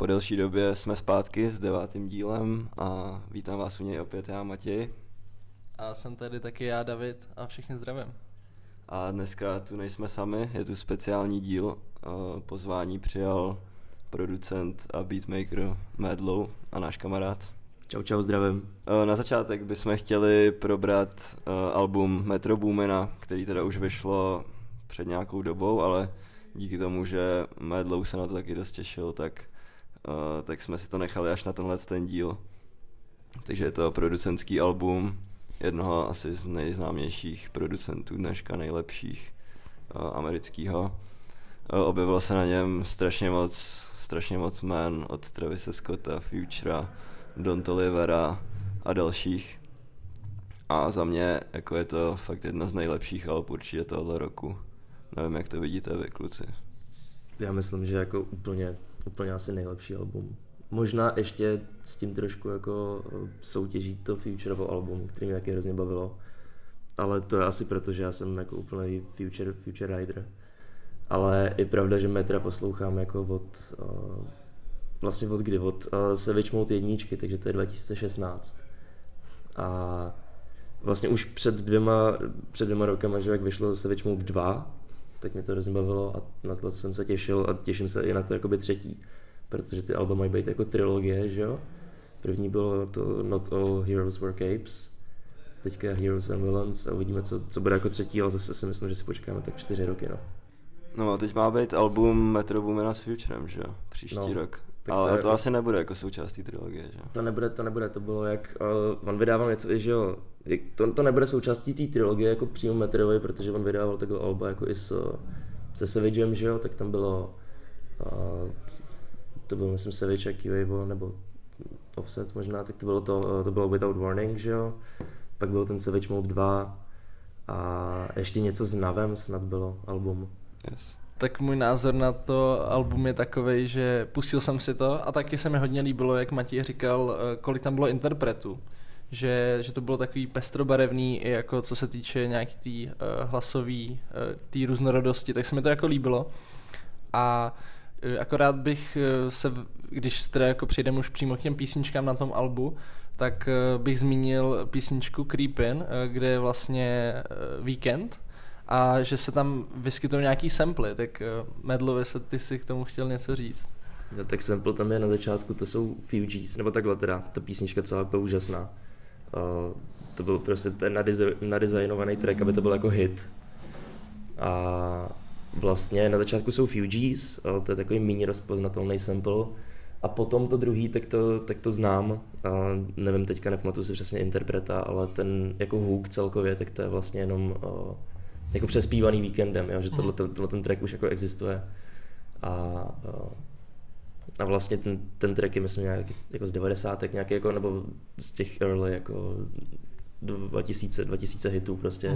Po delší době jsme zpátky s 9. dílem a vítám vás u něj opět já, Matěj. A jsem tady taky já, David, a všichni zdravím. A dneska tu nejsme sami, je tu speciální díl. Pozvání přijal producent a beatmaker Madlow a náš kamarád. Čau, zdravím. Na začátek bychom chtěli probrat album Metro Boomina, který teda už vyšlo před nějakou dobou, ale díky tomu, že Madlow se na to taky dost těšil, tak jsme si to nechali až na tenhle ten díl. Takže je to producentský album jednoho asi z nejznámějších producentů dneška, nejlepších amerického. Objevilo se na něm strašně moc jmen, od Travise Scotta, Futura, Don Tolivera a dalších. A za mě jako je to fakt jedno z nejlepších alb určitě tohle roku. Nevím, jak to vidíte vy, kluci. Já myslím, že jako úplně asi nejlepší album. Možná ještě s tím trošku jako soutěží to Futurovo album, který mě taky hrozně bavilo. Ale to je asi proto, že já jsem jako úplný Future rider. Ale je pravda, že Metra poslouchám jako od Savage Mode 1, takže to je 2016. A vlastně už před dvěma rokama, že jak vyšlo Savage Mode 2, tak mě to hrozně bavilo a na to jsem se těšil a těším se i na to jakoby třetí. Protože ty alba mají být jako trilogie, že jo? První bylo to Not All Heroes Were Capes, teďka Heroes and Villains a uvidíme, co bude jako třetí, ale zase si myslím, že si počkáme tak 4 roky, no. No a teď má být album Metro Boomina s Futurem, že jo? Příští rok. Ale to asi nebude jako součástí trilogie, že jo? To nebude, to bylo jak, on vydával něco, že jo, to nebude součástí té trilogie jako přímo Metrovi, protože on vydával takhle alba jako i se Savagem, že jo, tak tam bylo, to byl myslím Savage a Q-Avo, nebo Offset možná, tak to bylo Without Warning, že jo, pak byl ten Savage Mode 2 a ještě něco s Navem snad bylo album. Yes. Tak můj názor na to album je takovej, že pustil jsem si to a taky se mi hodně líbilo, jak Matěj říkal, kolik tam bylo interpretů. Že to bylo takový pestrobarevný i jako co se týče nějaký tý hlasový, tý různorodosti, tak se mi to jako líbilo. A akorát bych se, když teda jako přejdeme už přímo k těm písničkám na tom albu, tak bych zmínil písničku Creepin, kde je vlastně Weekend a že se tam vyskytují nějaký samply, tak Madlow, jestli ty si k tomu chtěl něco říct. No, tak sample tam je na začátku, to jsou Fugees, nebo takhle teda, ta písnička celá byla úžasná. To byl prostě ten nadizajnovaný track, aby to byl jako hit. A vlastně na začátku jsou Fugees, to je takový méně rozpoznatelný sample. A potom to druhý, tak to znám. Nevím, teďka nepamatuji si přesně interpreta, ale ten jako hook celkově, tak to je vlastně jenom jako přespívaný Weekendem, jo, že tohle ten track už jako existuje. A vlastně ten track je myslím nějak jako z 90. nějaký jako, nebo z těch early jako 2000 hitů prostě.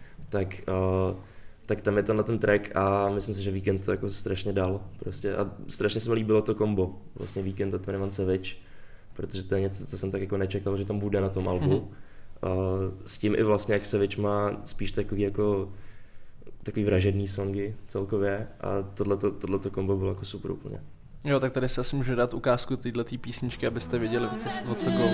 Tak tam je tenhle ten track a myslím si, že Weekend to jako strašně dal prostě a strašně se mi líbilo to kombo, vlastně Weekend a 21 Savage, protože to je něco, co jsem tak jako nečekal, že tam bude na tom albu. S tím i vlastně, jak Savage má spíš takový vražedný songy celkově a tohleto kombo bylo jako super úplně. Jo, tak tady si asi můžu dát ukázku této písničky, abyste věděli, o co go.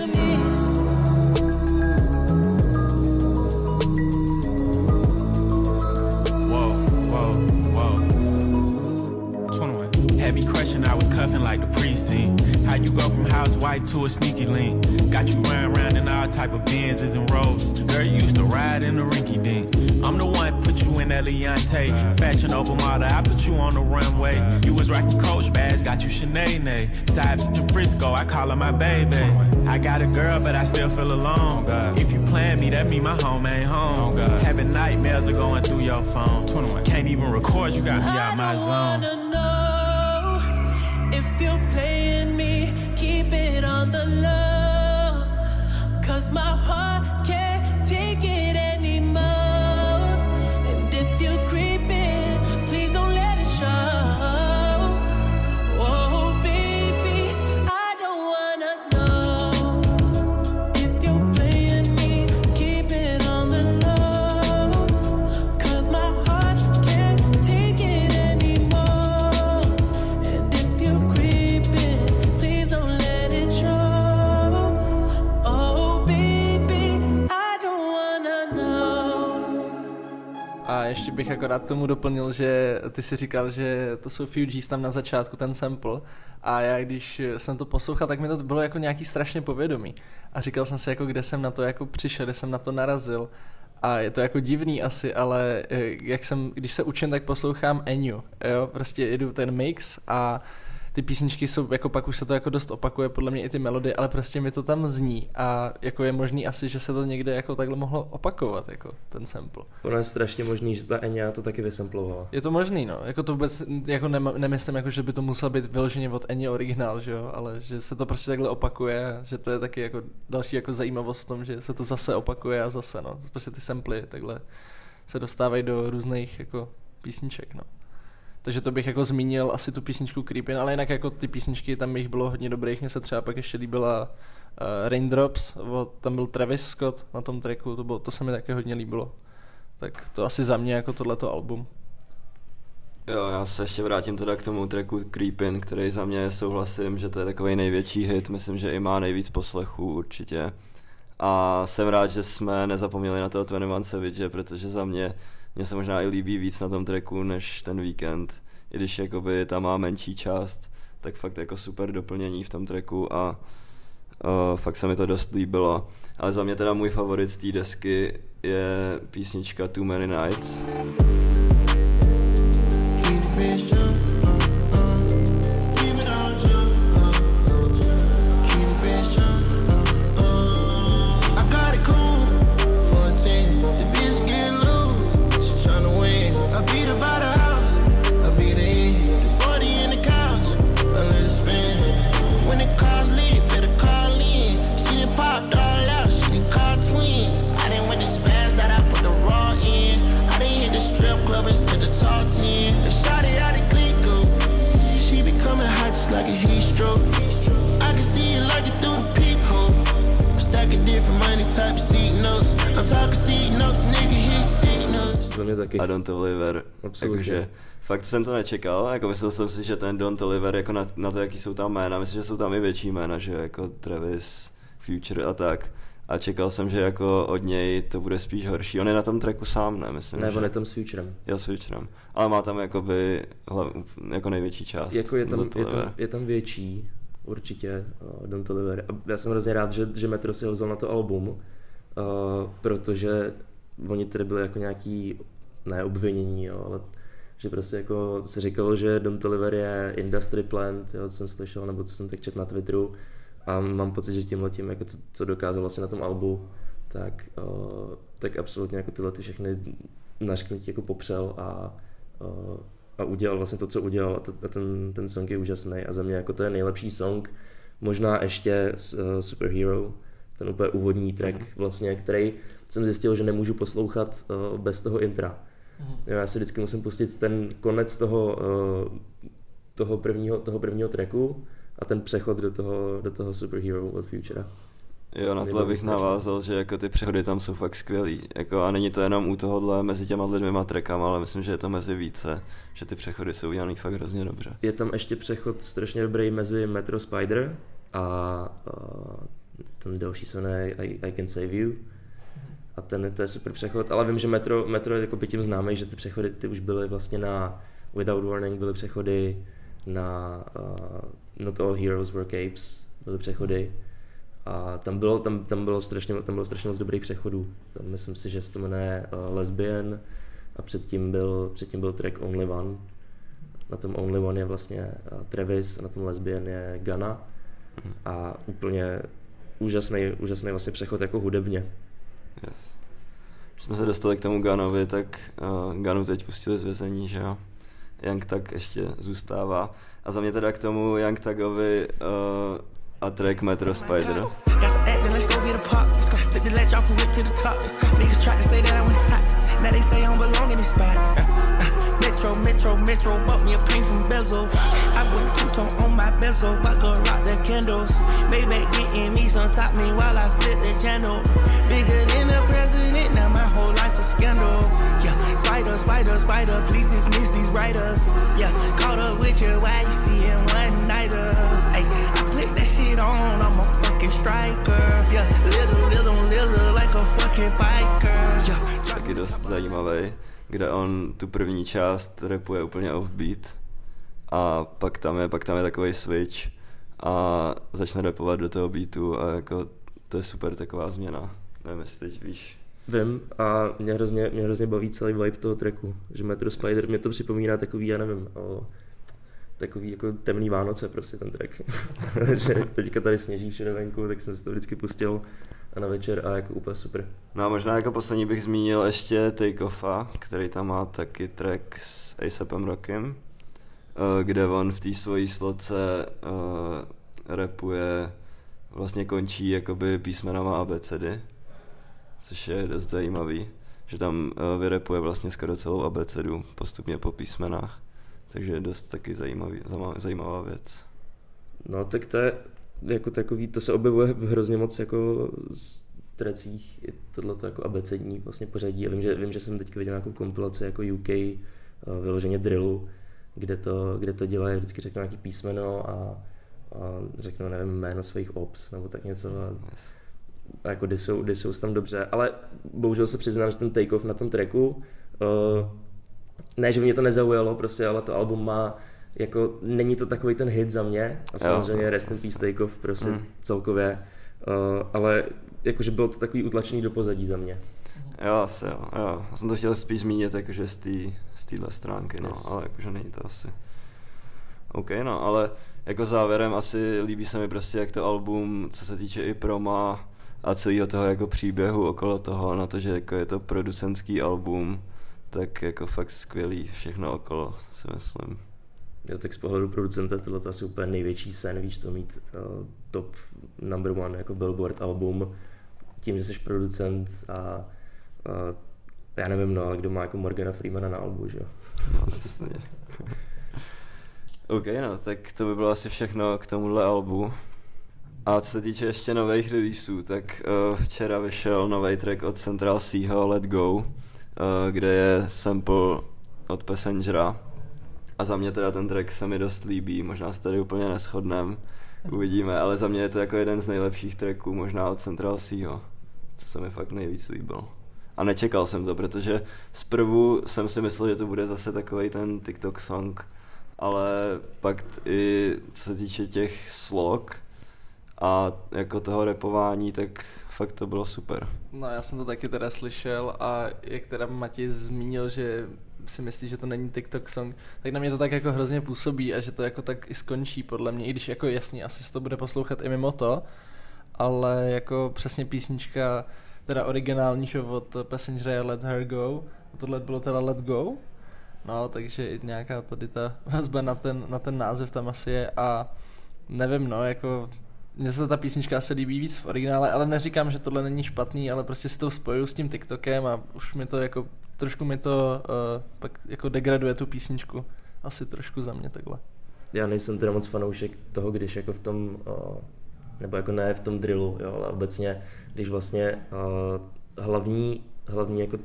Like the precinct, how you go from housewife to a sneaky link. Got you running around in all type of Benzes and Rolls. Girl, you used to ride in the rinky dink. I'm the one put you in that Leontay. Fashion over model, I put you on the runway. You was rocking Coach bags, got you Sinead. Side bitch in Frisco, I call her my baby. I got a girl, but I still feel alone. If you plan me, that mean my home ain't home. Having nightmares are going through your phone. Can't even record, you got me out my zone. If you're playing me, keep it on the low, 'cause my heart can't take it anymore. And if you're creeping, please don't let it show. Oh baby, I don't wanna know. If you're playing me, keep it on the low, 'cause my heart can't take it anymore. And if you're creeping, ještě bych akorát k tomu doplnil, že ty si říkal, že to jsou Fugees tam na začátku, ten sample. A já když jsem to poslouchal, tak mi to bylo jako nějaký strašně povědomí. A říkal jsem si, jako kde jsem na to jako přišel, kde jsem na to narazil. A je to jako divný asi, ale když se učím, tak poslouchám Ennio, jo, prostě jedu ten mix a ty písničky jsou, jako pak už se to jako dost opakuje, podle mě i ty melodie, ale prostě mi to tam zní a jako je možný asi, že se to někde jako takhle mohlo opakovat, jako ten sample. Ono je strašně možný, že ta Enya to taky vysamplovala. Je to možný, no, jako to vůbec, jako nemyslím, jako, že by to musel být vyloženě od Enya originál, že jo, ale že se to prostě takhle opakuje, že to je taky jako další jako zajímavost v tom, že se to zase opakuje a zase, no, prostě ty samply takhle se dostávají do různých jako písniček, no. Takže to bych jako zmínil asi tu písničku Creepin, ale jinak jako ty písničky, tam jich bylo hodně dobrých, mně se třeba pak ještě líbila Raindrops, tam byl Travis Scott na tom tracku, to se mi také hodně líbilo. Tak to asi za mě jako tohleto album. Jo, já se ještě vrátím teda k tomu tracku Creepin, který za mě souhlasím, že to je takovej největší hit, myslím, že i má nejvíc poslechů určitě. A jsem rád, že jsme nezapomněli na toho 21 Savage, protože za mě se možná i líbí víc na tom tracku než ten Weekend. I když jakoby tam má menší část, tak fakt jako super doplnění v tom tracku a fakt se mi to dost líbilo. Ale za mě teda můj favorit z té desky je písnička Too Many Nights. A Don't Toliver, jakože fakt jsem to nečekal, jako myslel jsem si, že ten Don't Toliver jako na to, jaký jsou tam jména, myslím, že jsou tam i větší jména, že jako Travis, Future a tak. A čekal jsem, že jako od něj to bude spíš horší. On je na tom tracku sám, ne? Myslím, ne, že... on je tam s Futurem. Jo, s Futurem. Ale má tam jakoby jako největší část. Jako je tam větší, určitě, Don't Toliver. A já jsem hrozně rád, že Metro si ho vzal na to album, protože oni tady byli jako nějaký, ne obvinění, jo, ale že prostě jako se říkalo, že Don't Toliver je industry plant, jo, co jsem slyšel, nebo co jsem tak četl na Twitteru. A mám pocit, že tímhletím, jako co dokázal vlastně na tom albu, tak absolutně jako tyhle ty všechny nařknutí jako popřel a udělal vlastně to, co udělal a ten song je úžasný a za mě jako to je nejlepší song, možná ještě Superhero, ten úplně úvodní track vlastně, který jsem zjistil, že nemůžu poslouchat bez toho intra. Jo, já si vždycky musím pustit ten konec toho prvního tracku a ten přechod do toho Superhero od Futura. Jo, na tohle bych navázal, že jako ty přechody tam jsou fakt skvělý. Jako, a není to jenom u tohohle mezi těma dvěma trackama, ale myslím, že je to mezi více, že ty přechody jsou udělaný fakt hrozně dobře. Je tam ještě přechod strašně dobrý mezi Metro Spider a ten další se jmenuje I Can Save You. A to je super přechod, ale vím, že Metro je jako by tím známý, že ty přechody ty už byly vlastně na Without Warning, byly přechody na Not All Heroes Were Capes, byly přechody a tam bylo strašně moc dobrých přechodů. Tam myslím si, že se to jmenuje Lesbian a předtím byl track Only One. Na tom Only One je vlastně Travis a na tom Lesbian je Gunna a úplně úžasný vlastně přechod jako hudebně. Yes. Když jsme se dostali k tomu Gunnovi, tak Gunnu teď pustili z vězení, že jo? Young Thug ještě zůstává. A za mě teda k tomu Young Thugovi a track Metro Spider. Metro, bought me a paint from Bezel. I put two-tone on my bezel, but go rock the candles. Maybach getting me some top me while I flip the channel. Bigger than the president, now my whole life a scandal. Yeah, spider, please dismiss these writers. Yeah, caught up with your wifey and one nighter. Ay, I put that shit on, I'm a fucking striker. Yeah, little like a fucking biker. Yeah, taky dost zajímavý. kde on tu první část rapuje úplně offbeat a pak tam je takový switch a začne rapovat do toho beatu a jako to je super taková změna. Nevím, jestli teď víš. Vím a mě hrozně baví celý vibe toho tracku, že Metro Spider, mě to připomíná takový, já nevím, takový jako temný Vánoce prostě ten track. Že teďka tady sněží všude venku, tak jsem si to vždycky pustil a na večer a jako úplně super. No a možná jako poslední bych zmínil ještě Take Offa, který tam má taky track s A$APem Rockem, kde on v té svojí sloce rapuje, vlastně končí jakoby písmenama ABCD, což je dost zajímavý, že tam vyrapuje vlastně skoro celou abecedu postupně po písmenách, takže je dost taky zajímavá věc. No tak to je jako takový, to se objevuje v hrozně moc jako tracích, tohleto jako abecední vlastně pořadí a vím, že jsem teďka viděl nějakou kompilaci jako UK, vyloženě drillu, kde to dělají, vždycky řeknou nějaký písmeno a řeknou, nevím, jméno svých ops nebo tak něco a jako disou tam dobře, ale bohužel se přiznám, že ten Take Off na tom tracku, ne, že mě to nezaujalo prostě, ale to album má, jako není to takový ten hit za mě a samozřejmě Rest in Peace Take Off prostě celkově, ale jakože bylo to takový utlačený do pozadí za mě. Jo, asi jo. Já jsem to chtěl spíš zmínit jakože z téhle stránky, no, yes. Ale jakože není to asi. OK, no, ale jako závěrem asi líbí se mi prostě jak to album, co se týče i proma a celého toho jako příběhu okolo toho, na to, že jako je to producentský album, tak jako fakt skvělý všechno okolo, si myslím. Jo, tak z pohledu producenta tohle je asi úplně největší sen, víš co, mít top number one jako Billboard album, tím, že jsi producent a já nevím, no, ale kdo má jako Morgana Freemana na albu, že jo? No, jasně. OK, no, tak to by bylo asi všechno k tomuhle albu. A co se týče ještě nových releaseů, tak včera vyšel nový track od Central Ceeho Let Go, kde je sample od Passengera. A za mě teda ten track se mi dost líbí, možná se tady úplně neshodneme, uvidíme, ale za mě je to jako jeden z nejlepších tracků možná od Central Ceeho, co se mi fakt nejvíc líbil. A nečekal jsem to, protože zprvu jsem si myslel, že to bude zase takovej ten TikTok song, ale pak i co se týče těch slog a jako toho rapování, tak fakt to bylo super. No já jsem to taky teda slyšel a jak teda Matěj zmínil, že si myslí, že to není TikTok song, tak na mě to tak jako hrozně působí a že to jako tak i skončí podle mě, i když jako jasně asi se to bude poslouchat i mimo to, ale jako přesně písnička teda originální od Passengera je Let Her Go a tohle bylo teda Let Go, no takže i nějaká tady ta vazba na ten název tam asi je a nevím, no jako mně se ta písnička asi líbí víc v originále, ale neříkám, že tohle není špatný, ale prostě si to spojuju s tím TikTokem a už mi to jako, trošku mi to pak jako degraduje tu písničku. Asi trošku za mě takhle. Já nejsem teda moc fanoušek toho, když jako v tom, nebo jako ne v tom drillu, jo, ale obecně, když vlastně hlavní jako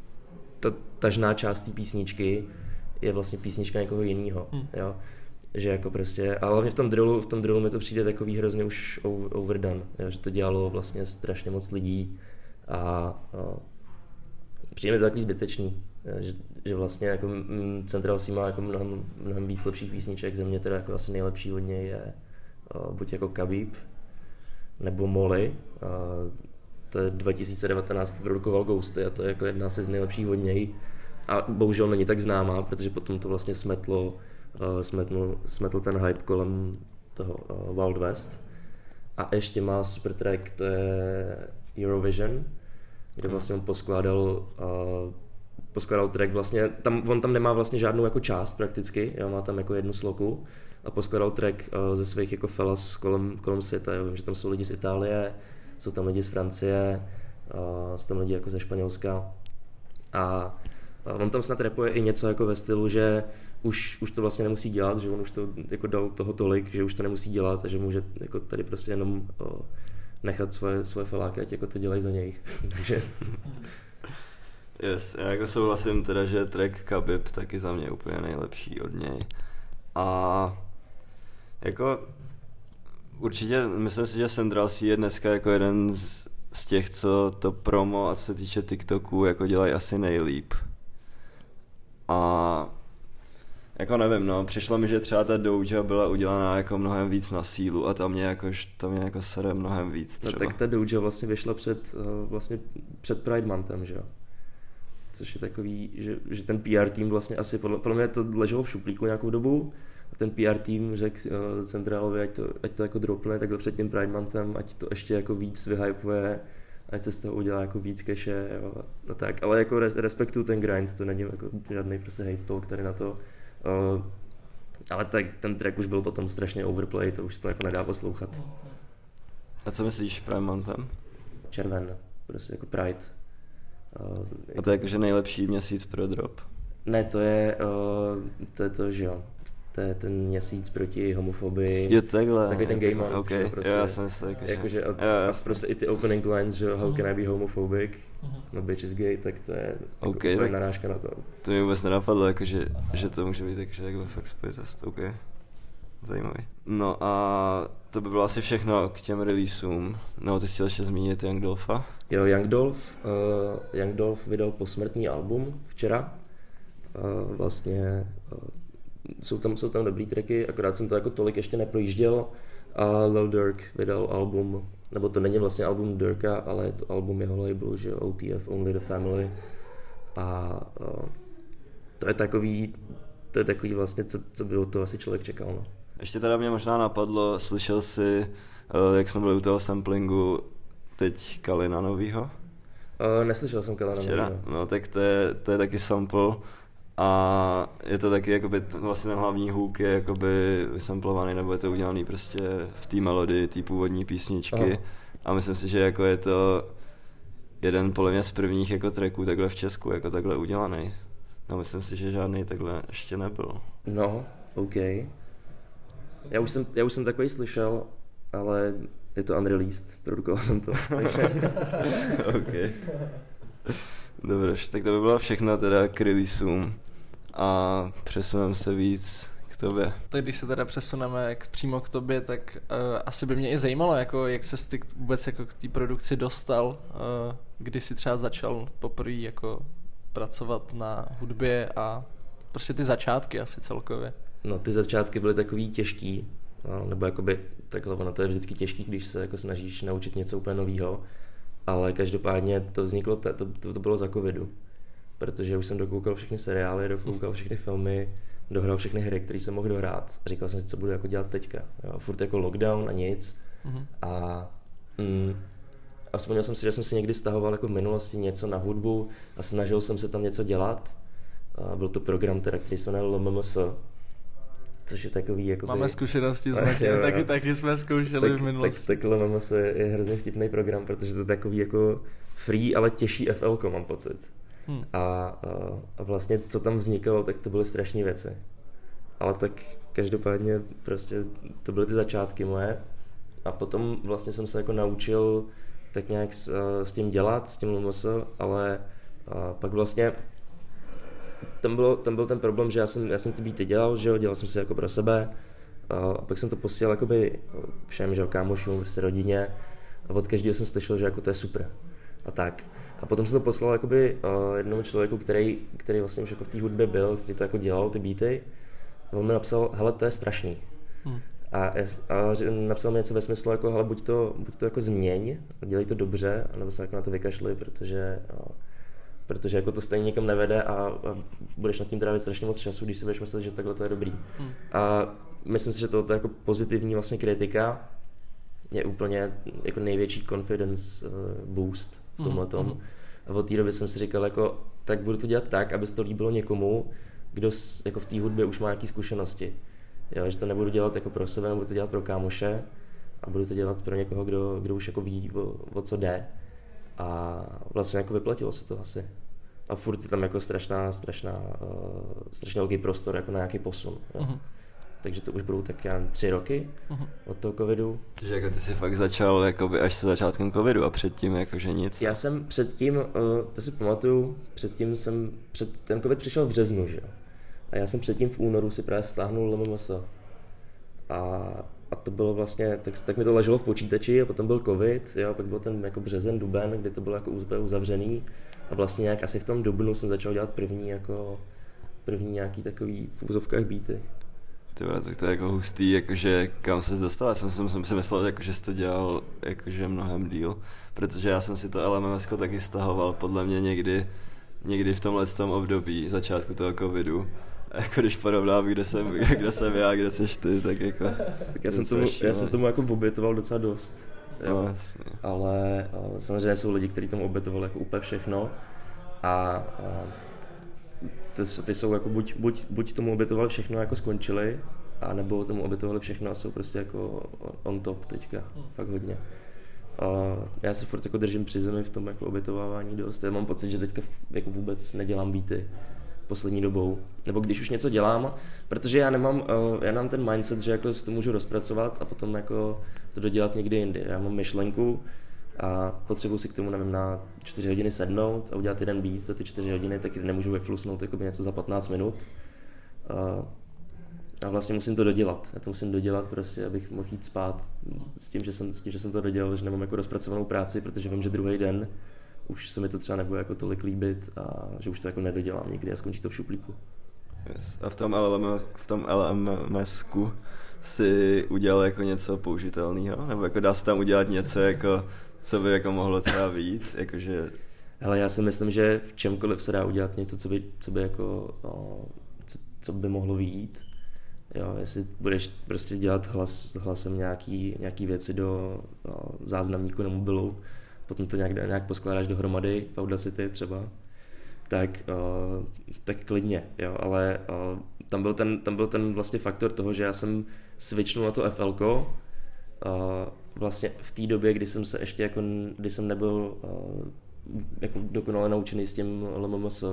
ta tažná část té písničky je vlastně písnička někoho jiného, jo. Že jako prostě, a hlavně v tom drillu mi to přijde takový hrozně už overdone, jo, že to dělalo vlastně strašně moc lidí a přijde mi to takový zbytečný, že vlastně jako Central C má jako mnohem víc lepších písniček, za mě teda jako asi nejlepší od něj je buď jako Khabib nebo Molly, to je 2019 produkoval Ghosty a to je jako jedna z nejlepších od něj a bohužel není tak známá, protože potom to vlastně smetl ten hype kolem toho Wild West. A ještě má super track, to je Eurovision, kde vlastně on poskládal track vlastně, on tam nemá vlastně žádnou jako část prakticky, jo, má tam jako jednu sloku a poskládal track ze svých jako fellas kolem světa, jo. Vím, že tam jsou lidi z Itálie, jsou tam lidi z Francie, jsou tam lidi jako ze Španělska a on tam snad rapuje i něco jako ve stylu, že už to vlastně nemusí dělat, že on už to jako dal toho tolik, že už to nemusí dělat a že může jako tady prostě jenom nechat svoje feláky, ať jako to dělají za něj. Takže yes, já jako souhlasím teda, že track Khabib taky za mě úplně nejlepší od něj. A jako určitě myslím si, že Central C je dneska jako jeden z těch, co to promo a co se týče TikToku jako dělají asi nejlíp. A jako nevím, no, přišlo mi, že třeba ta Doja byla udělaná jako mnohem víc na sílu a tam mě jako sere mnohem víc třeba. No tak ta Doja vlastně vyšla před Pride Monthem, že jo? Což je takový, že ten PR tým vlastně asi, podle mě to leželo v šuplíku nějakou dobu a ten PR tým řekl Centrálovi, ať to jako dropne takhle před tím Pride Monthem, ať to ještě jako víc vyhypuje, ať se z toho udělá jako víc cache, no tak, ale jako respektuju ten grind, to není jako žádný prostě hate talk tady na to. Ale tak ten track už byl potom strašně overplay, to už se to jako nedá poslouchat. A co myslíš Pride Monthem? Červen, prostě jako Pride. A to je jakože nejlepší měsíc pro drop? Ne, to je to, že jo. To je ten měsíc proti homofobii. Jo, takhle. Takový ten gay month, okay. prostě. Jo, já jsem myslel, jakože a prostě i ty opening lines, že how can I be homophobic, no bitch is gay, tak to je okay, jako narážka na to. To mi vůbec nenapadlo, jakože, že to může být jakože takhle fakt spojitost, ok. Zajímavý. No a to by bylo asi všechno k těm releaseům. No, ty jsi chtěl ještě zmínit Young Dolpha? Jo, Young Dolph vydal posmrtný album včera. Vlastně jsou tam dobrý tracky, akorát jsem to jako tolik ještě neprojížděl. A Lil Durk vydal album, nebo to není vlastně album Durka, ale je to album jeho labelu, že OTF, Only the Family. A to je takový vlastně, co by od toho asi člověk čekal. No. Ještě teda mě možná napadlo, slyšel jsi, jak jsme byli u toho samplingu, teď Kalina novýho? Neslyšel jsem Kalina novýho. No tak to je taky sample a je to taky jakoby, vlastně ten hlavní hook je jakoby vysamplovaný, nebo je to udělaný prostě v té melodii, té původní písničky. Aha. A myslím si, že jako je to jeden podle mě z prvních jako tracků takhle v Česku, jako takhle udělaný. No myslím si, že žádný takhle ještě nebyl. No, OK. Já už jsem takový slyšel, ale je to unreleased, produkoval jsem to. OK. Dobře, tak to by bylo všechno teda k releaseům a přesuneme se víc k tobě. Tak když se teda přesuneme přímo k tobě, tak asi by mě i zajímalo, jako, jak ses ty vůbec jako k té produkci dostal, kdy jsi třeba začal poprvé jako pracovat na hudbě a prostě ty začátky asi celkově. No ty začátky byly takový těžký, nebo jakoby takhle ono to je vždycky těžký, když se jako snažíš naučit něco úplně novýho, ale každopádně to vzniklo, to bylo za covidu, protože už jsem dokoukal všechny seriály, dokoukal všechny filmy, dohrál všechny hry, které jsem mohl dohrát a říkal jsem si, co budu jako dělat teďka, jo, furt jako lockdown a nic a vzpomněl jsem si, že jsem si někdy stahoval jako v minulosti něco na hudbu a snažil jsem se tam něco dělat. A byl to program, teda, který se jmenoval LMMS, což je takový jakoby... Máme zkušenosti s Matějem, taky jsme zkoušeli v minulosti. Tak LMMS je hrozně vtipný program, protože to je takový jako free, ale těžší FL, mám pocit. A vlastně co tam vznikalo, tak to byly strašné věci. Ale tak každopádně prostě to byly ty začátky moje a potom vlastně jsem se jako naučil tak nějak s tím dělat, s tím LMMS, ale pak vlastně tam byl ten problém, že já jsem ty beaty dělal, že jo, dělal jsem si jako pro sebe a pak jsem to posílal jakoby všem, že jo, kámošům, prostě rodině a od každého jsem slyšel, že jako to je super a tak. A potom jsem to poslal jakoby jednomu člověku, který vlastně už jako v té hudbě byl, který to jako dělal, ty beaty a on mi napsal, hele, to je strašný. A napsal mi něco ve smyslu jako, hele, buď to jako změň, dělej to dobře, anebo se jako na to vykašli, protože jako to stejně nikam nevede a budeš nad tím trávit strašně moc času, když si budeš myslet, že takhle to je dobrý. A myslím si, že to jako pozitivní vlastně kritika je úplně jako největší confidence boost v tomhletom. A od té doby jsem si říkal, jako, tak budu to dělat tak, aby se to líbilo někomu, kdo jako v té hudbě už má nějaké zkušenosti. Jo, že to nebudu dělat jako pro sebe, budu to dělat pro kámoše a budu to dělat pro někoho, kdo už jako ví, o co jde. A vlastně jako vyplatilo se to asi. A furt je tam jako strašně velký prostor jako na nějaký posun. Takže to už budou tak 3 roky od toho covidu. Takže jako ty jsi fakt začal jakoby až se začátkem covidu a předtím jakože nic? Já jsem předtím, to si pamatuju, ten covid přišel v březnu, že jo. A já jsem předtím v únoru si právě stáhnul LMMS. A to bylo vlastně, tak mi to leželo v počítači a potom byl covid, jo, pak byl ten jako březen, duben, kdy to bylo jako uzavřený a vlastně nějak asi v tom dubnu jsem začal dělat první jako první nějaký takový v úzovkách beaty. Tyhle, tak to je jako hustý, jakože kam ses dostal. Já jsem si myslel, jako, že jsi to dělal jakože mnohem díl, protože já jsem si to LMMS taky stahoval podle mě někdy v tomhle období, začátku toho covidu. A jako když porovnám, kde jsem já, kde seš ty, tak jako... Tak já jsem tomu jako obětoval docela dost. Jo. No, ale samozřejmě jsou lidi, kteří tomu obětovali jako úplně všechno a ty jsou jako buď tomu obětovali všechno jako skončili, a nebo tomu obětovali všechno a jsou prostě jako on top teďka, fakt hodně. Já se furt jako držím při zemi v tom jako obětovávání dost. Já mám pocit, že teďka jako vůbec nedělám beaty poslední dobou, nebo když už něco dělám, protože já nemám ten mindset, že jako si to můžu rozpracovat a potom jako to dodělat někdy jindy. Já mám myšlenku a potřebuji si k tomu, nevím, na 4 hodiny sednout a udělat jeden beat za ty 4 hodiny, taky nemůžu vyflusnout jakoby něco za 15 minut. A vlastně musím to dodělat. Já to musím dodělat prostě, abych mohl jít spát s tím, že jsem to dodělal, že nemám jako rozpracovanou práci, protože vím, že druhý den už se mi to třeba nebude jako tolik líbit a že už to jako nedodělám nikdy a skončí to v šuplíku. Yes. A v tom LMMSku si udělal jako něco použitelného? Nebo jako dá se tam udělat něco, jako, co by jako mohlo třeba vyjít? Jakože... Hele, já si myslím, že v čemkoliv se dá udělat něco, co by jako, co by mohlo vyjít. Jo, jestli budeš prostě dělat hlasem nějaký věci do záznamníku na mobilu, potom to nějak poskládáš dohromady v Audacity třeba, tak klidně, jo, ale tam byl ten vlastně faktor toho, že já jsem switchnul na to FLko vlastně v té době, kdy jsem se ještě jako, kdy jsem nebyl jako dokonale naučený s tím LMMS,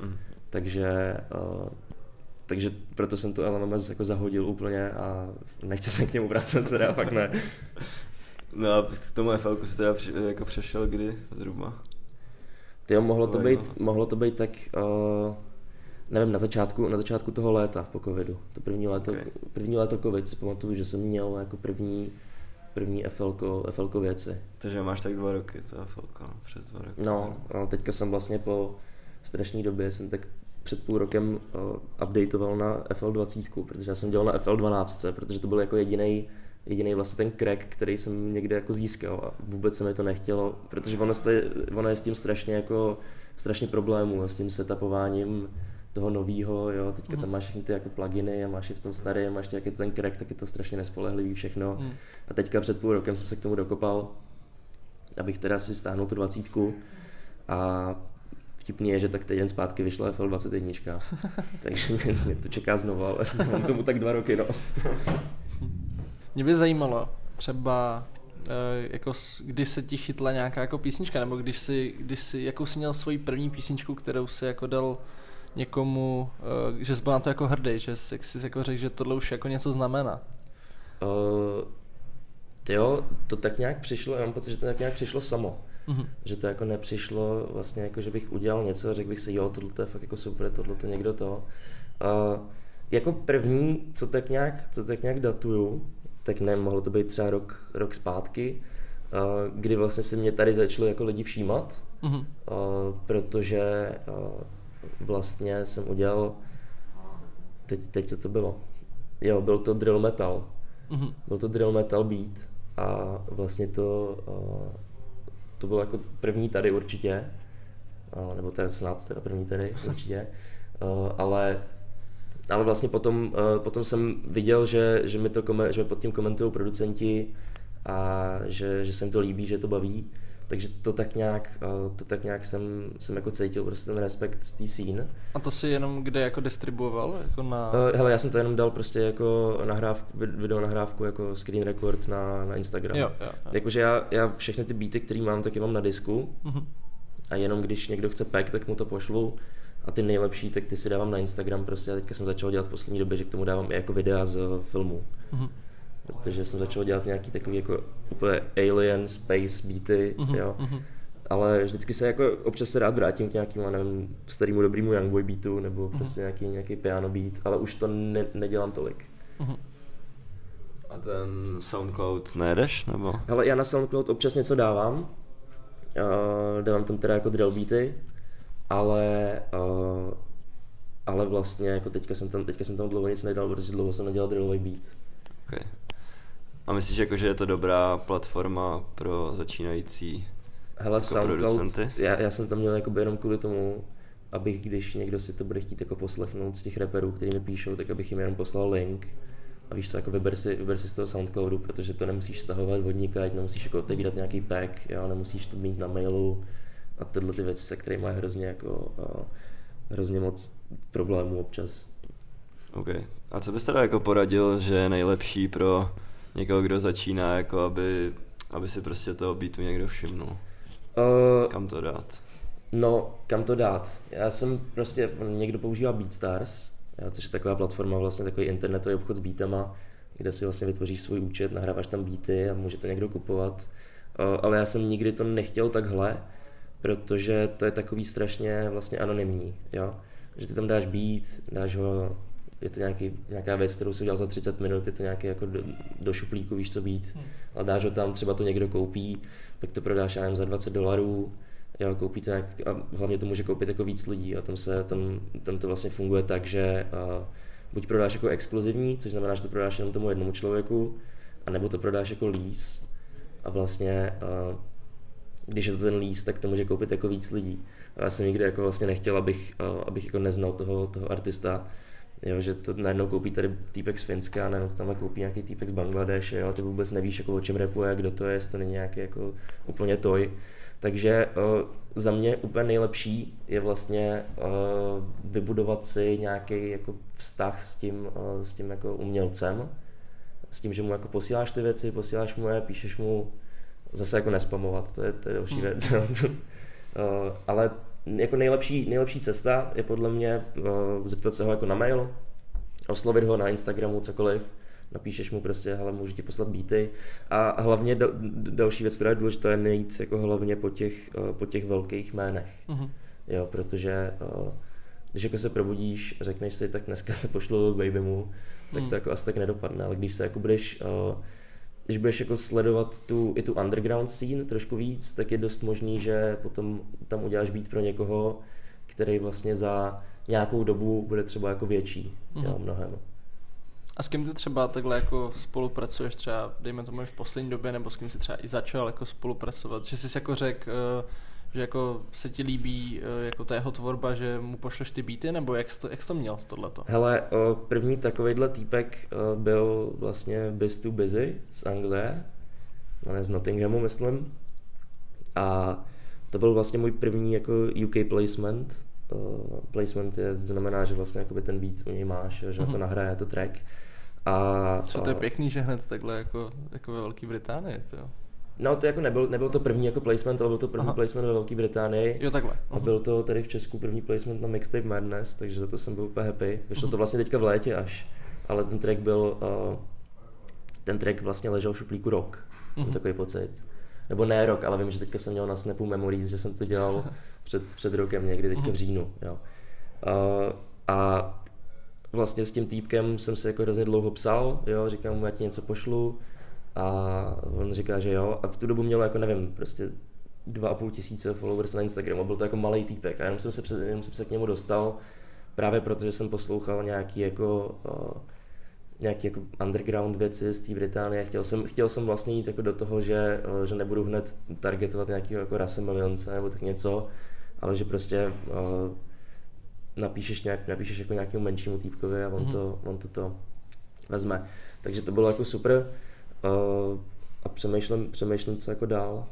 takže proto jsem to LMMS jako zahodil úplně a nechci se k němu vracet, teda fakt ne. No a k tomu FLku jsi teda jako přešel kdy zhruba? Tyjo, mohlo to být tak, nevím, na začátku toho léta po covidu. To první léto covid si pamatuju, že jsem měl jako první FLko věci. Takže máš tak 2 roky to FLko, přes 2 roky. No, teďka jsem vlastně po strašné době jsem tak před půl rokem updateoval na FL20, protože já jsem dělal na FL12, protože to byl jako jediný vlastně ten crack, který jsem někde jako získal a vůbec se mi to nechtělo, protože ono je s tím strašně problémů, s tím setupováním toho novýho, jo, teďka tam máš všechny ty jako pluginy a máš je v tom starém, máš jak je ten crack, tak je to strašně nespolehlivý všechno. A teďka před půl rokem jsem se k tomu dokopal, abych teda si stáhnul tu 20 a vtipný je, že tak týden zpátky vyšla FL21, takže mě to čeká znovu, ale mám tomu tak 2 roky, no. Mě by zajímalo třeba, jako, kdy se ti chytla nějaká jako písnička, nebo jakou jsi měl svoji první písničku, kterou si jako dal někomu, že jsi byl na to jako hrdý, že jsi jako řekl, že tohle už jako něco znamená. Jo, to tak nějak přišlo, já mám pocit, že to tak nějak přišlo samo. Že to jako nepřišlo vlastně jako, že bych udělal něco, řekl bych si, jo, tohle je fakt jako super, tohle to někdo to. Jako první, co tak nějak datuju, tak nevím, mohlo to být třeba rok zpátky, kdy vlastně si mě tady začali jako lidi všímat, protože vlastně jsem udělal, teď co to bylo? Jo, byl to drill metal. Byl to drill metal beat a vlastně to bylo jako první tady určitě, nebo teda snad teda první tady určitě, ale vlastně potom jsem viděl, že mi pod tím komentují producenti a že se jim to líbí, že to baví, takže to tak nějak jsem jako cítil prostě ten respekt z té scene. A to si jenom kde jako distribuoval? Jako na... Hele, já jsem to jenom dal prostě jako video nahrávku jako screen record na Instagram. Jo. Jakože já všechny ty beaty, které mám, tak je mám na disku a jenom když někdo chce pack, tak mu to pošlu. A ty nejlepší, tak ty si dávám na Instagram prostě a teďka jsem začal dělat v poslední době, že k tomu dávám i jako videa z filmu. Protože jsem začal dělat nějaký takový jako úplně alien, space beaty, jo. Ale vždycky se jako občas se rád vrátím k nějakému, nevím, starému dobrému Youngboy beatu nebo prostě nějaký piano beat, ale už to nedělám tolik. A ten SoundCloud nejdeš, nebo? Hele, já na SoundCloud občas něco dávám. Dávám tam teda jako drill beaty, ale ale vlastně jako teďka jsem tam dlouho nic nedal, protože dlouho jsem nedělal drillový beat. Okay. A myslíš, jako, že je to dobrá platforma pro začínající Hele, jako SoundCloud, producenty? Já jsem tam měl jako jenom kvůli tomu, abych, když někdo si to bude chtít jako poslechnout z těch rapperů, který mi píšou, tak abych jim jenom poslal link. A víš co, jako vyber si z toho SoundCloudu, protože to nemusíš stahovat od nikať, nemusíš jako otevírat nějaký pack, jo, nemusíš to mít na mailu a tyhle ty věci, se kterými má hrozně moc problémů občas. OK. A co bys teda jako poradil, že je nejlepší pro někoho, kdo začíná, jako aby si prostě toho beatu někdo všimnul? Kam to dát? No, kam to dát? Já jsem prostě, někdo používá BeatStars, což je taková platforma, vlastně takový internetový obchod s beatama, kde si vlastně vytvoříš svůj účet, nahráváš tam beaty a může to někdo kupovat. Ale já jsem nikdy to nechtěl takhle, protože to je takový strašně vlastně anonymní, jo? Že ty tam dáš beat, dáš ho, je to nějaká věc, kterou si udělal za 30 minut, je to nějaký jako do šuplíku, víš co beat, a dáš ho tam, třeba to někdo koupí, pak to prodáš já nevím, za $20, jo, koupí to nějak, a hlavně to může koupit jako víc lidí a tam to vlastně funguje tak, že buď prodáš jako exkluzivní, což znamená, že to prodáš jenom tomu jednomu člověku, anebo to prodáš jako lease a vlastně když je to ten lease, tak to může koupit jako víc lidí. A já jsem nikdy jako vlastně nechtěl, abych jako neznal toho artista, jo, že to najednou koupí tady týpek z Finska, najednou to tam koupí nějaký týpek z Bangladeše, jo, ty vůbec nevíš, jako, o čem rapuje, kdo to je, jestli to není nějaký jako úplně toj. Takže za mě úplně nejlepší je vlastně vybudovat si nějaký jako vztah s tím jako umělcem, s tím, že mu jako posíláš ty věci, posíláš mu je, píšeš mu, zase jako nespamovat, to je další věc. Ale jako nejlepší cesta je podle mě zeptat se ho jako na mail, oslovit ho na Instagramu, cokoliv, napíšeš mu prostě, hele, můžu ti poslat beaty a hlavně další věc, která je důležitá, je nejít jako hlavně po těch velkých jménech, jo, protože když jako se probudíš, řekneš si, tak dneska pošlu babymu, tak to jako asi tak nedopadne, ale když se jako když budeš jako sledovat i tu underground scene trošku víc, tak je dost možný, že potom tam uděláš beat pro někoho, který vlastně za nějakou dobu bude třeba jako větší, jo, mnohem. A s kým ty třeba takhle jako spolupracuješ třeba, dejme tomu v poslední době, nebo s kým si třeba i začal jako spolupracovat, že jsi jako řekl, že jako se ti líbí jako ta jeho tvorba, že mu pošleš ty beaty, nebo jak jsi to měl tohleto? Hele, první takovejhle týpek byl vlastně Biz Too Busy z Anglie, z Nottinghamu myslím, a to byl vlastně můj první jako UK placement. Placement znamená, že vlastně ten beat u něj máš, že na to nahraje to track. Co to je pěkný, že hned takhle jako ve Velké Británii, to jo? No to jako nebyl to první jako placement, ale byl to první placement ve Velké Británii. Jo, takhle. A byl to tady v Česku první placement na Mixtape Madness, takže za to jsem byl úplně happy. Vyšlo to vlastně teďka v létě až, ale ten track vlastně ležel v šuplíku rok, byl takový pocit. Nebo ne rok, ale vím, že teďka jsem měl na Snapu Memories, že jsem to dělal před rokem někdy, teďka v říjnu. Jo. A vlastně s tím týpkem jsem se jako hrozně dlouho psal, jo, říkám mu, já ti něco pošlu a on říká, že jo, a v tu dobu měl jako nevím, prostě 2,5 tisíce followers na Instagramu, byl to jako malej týpek a jenom jsem se k němu dostal právě protože jsem poslouchal nějaký jako underground věci z té Británie. Chtěl jsem vlastně jít jako do toho, že nebudu hned targetovat nějakého jako Rase Milionce nebo tak něco, ale že prostě napíšeš jako nějakému menšímu týpkovi a on to vezme. Takže to bylo jako super a přemýšlím, co jako dál.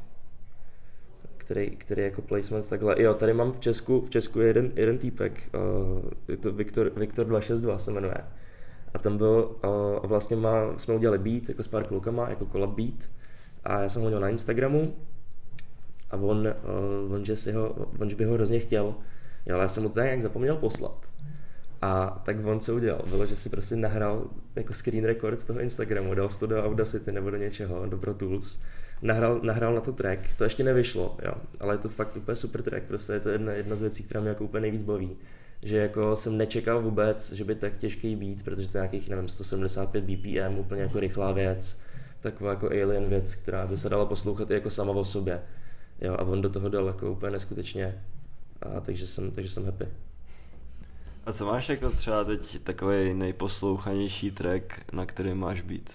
Který jako placement takhle. Jo, tady mám v Česku jeden týpek, je to Viktor 262 se jmenuje. A tam byl, vlastně jsme udělali beat jako s pár klukama, jako collab beat. A já jsem ho měl na Instagramu a on že by ho hrozně chtěl. Jo, ale já jsem mu to nějak zapomněl poslat. A tak on co udělal, bylo, že si prostě nahrál jako screen record toho Instagramu, dal to do Audacity nebo do něčeho, do Pro Tools. Nahrál na to track, to ještě nevyšlo, jo, ale je to fakt úplně super track, prostě je to jedna z věcí, která mě jako úplně nejvíc baví. Že jako jsem nečekal vůbec, že by tak těžký beat, protože to je nějakých, nevím, 175 BPM, úplně jako rychlá věc, taková jako alien věc, která by se dala poslouchat i jako sama o sobě. Jo, a on do toho dal jako úplně neskutečně, a takže jsem happy. A co máš jako třeba teď takový nejposlouchanější track, na kterém máš být?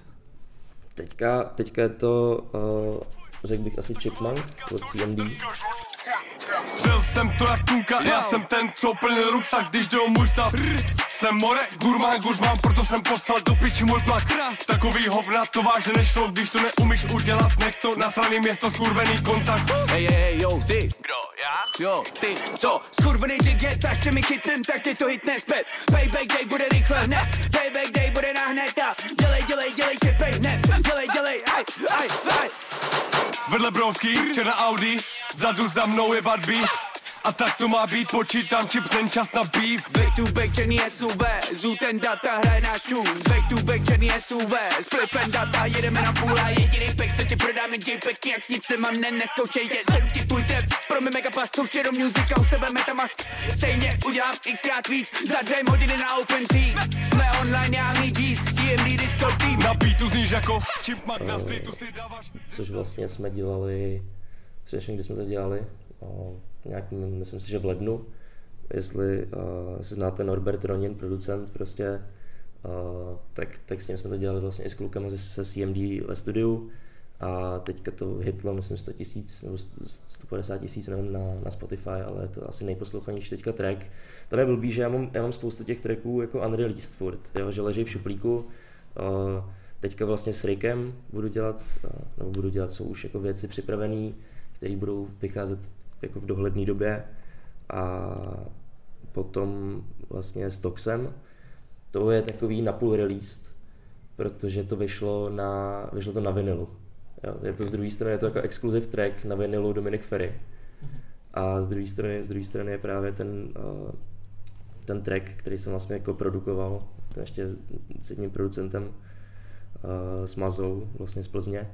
Teďka je to, řekl bych asi Chipmunk od CMD. Střel jsem to jak kůka, já jsem ten, co plnil ruksak, když jde o můj stav. Jsem more, gurmán, proto jsem poslal do piči můj plak. Takový hovna to vážně nešlo, když to neumíš udělat, nech to nasraný město, skurvený kontakt. Hej, jo, ty. Kdo, já? Jo, ty, co? Skurvený jig, až mi chytnem, tak tě to hitne zpět. Payback day bude rychle hned, payback day bude nahned a dělej si pay hned, dělej, aj. Vedle brousky, černá Audi, vzadu za mnou je Barbie. A tak to má být, počítám chips, ten čas na beef. Back to back černý SUV, Zuten data hraje náš tune. Back to back černý SUV, split and data, jedeme na půl a jedinej pek, co ti prodáme JPEG, jak nic nemám, neskoušej tě, sedu ti tvůj trap. Pro mě megaplast, součet do musika, u sebe metamask. Stejně udělám xkrát víc, za 2 hodiny na OpenSea. Jsme online, já mý G's, CMD Disco Team. Na beatu zníš jako Chipmunk, na streetu si dáváš. Což vlastně jsme dělali, především kdy jsme to dělali, nějak, myslím si, že v lednu, jestli si znáte Norbert Ronin, producent prostě, tak s ním jsme to dělali vlastně i s klukama se CMD ve studiu a teďka to hitlo, myslím, 100 000 nebo 150 000, nevím, na Spotify, ale je to asi nejposlouchanější teďka track. Tam je blbý, že já mám spoustu těch tracků jako unreleased furt, jo, že leží v šuplíku. Teďka vlastně s Rickem budu dělat, jsou už jako věci připravené, které budou vycházet jako v dohledné době a potom vlastně s Toxem. To je takový napůl released, protože to vyšlo to na vinilu. Jo, je to z druhé strany, je to jako exclusive track na vinilu Dominic Ferry. A z druhé strany je právě ten track, který jsem vlastně jako produkoval, ten ještě s jedním producentem, s Mazou, vlastně z Plzně.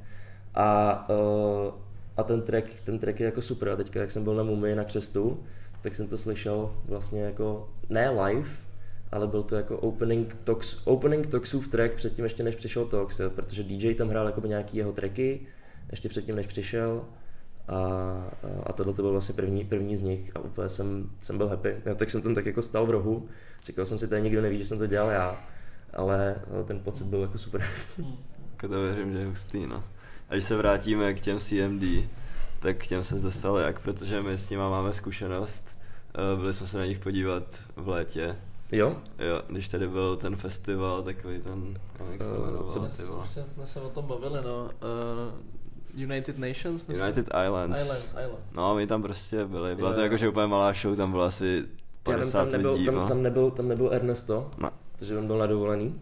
A ten track je jako super a teďka, jak jsem byl na Mumii na křestu, tak jsem to slyšel vlastně jako, ne live, ale byl to jako opening Toxův track předtím ještě než přišel Tox, protože DJ tam hrál jako nějaký jeho tracky, ještě předtím než přišel a tohle to byl vlastně první z nich a úplně jsem byl happy. Já, tak jsem tam tak jako stál v rohu, říkal jsem si, tady nikdo neví, že jsem to dělal já, ale ten pocit byl jako super. To věřím, že je hustý, no. A když se vrátíme k těm CMD, tak k těm se dostal jak, protože my s nima máme zkušenost. Byli jsme se na nich podívat v létě. Jo, když tady byl ten festival, takový ten, jak se to jmenoval, jsme se o tom bavili, no. United Nations, myslím? United Islands. No, my tam prostě byli. Byla to jakože úplně malá show, tam bylo asi 50 lidí. Tam nebyl Ernesto, no. Protože on byl na dovolený.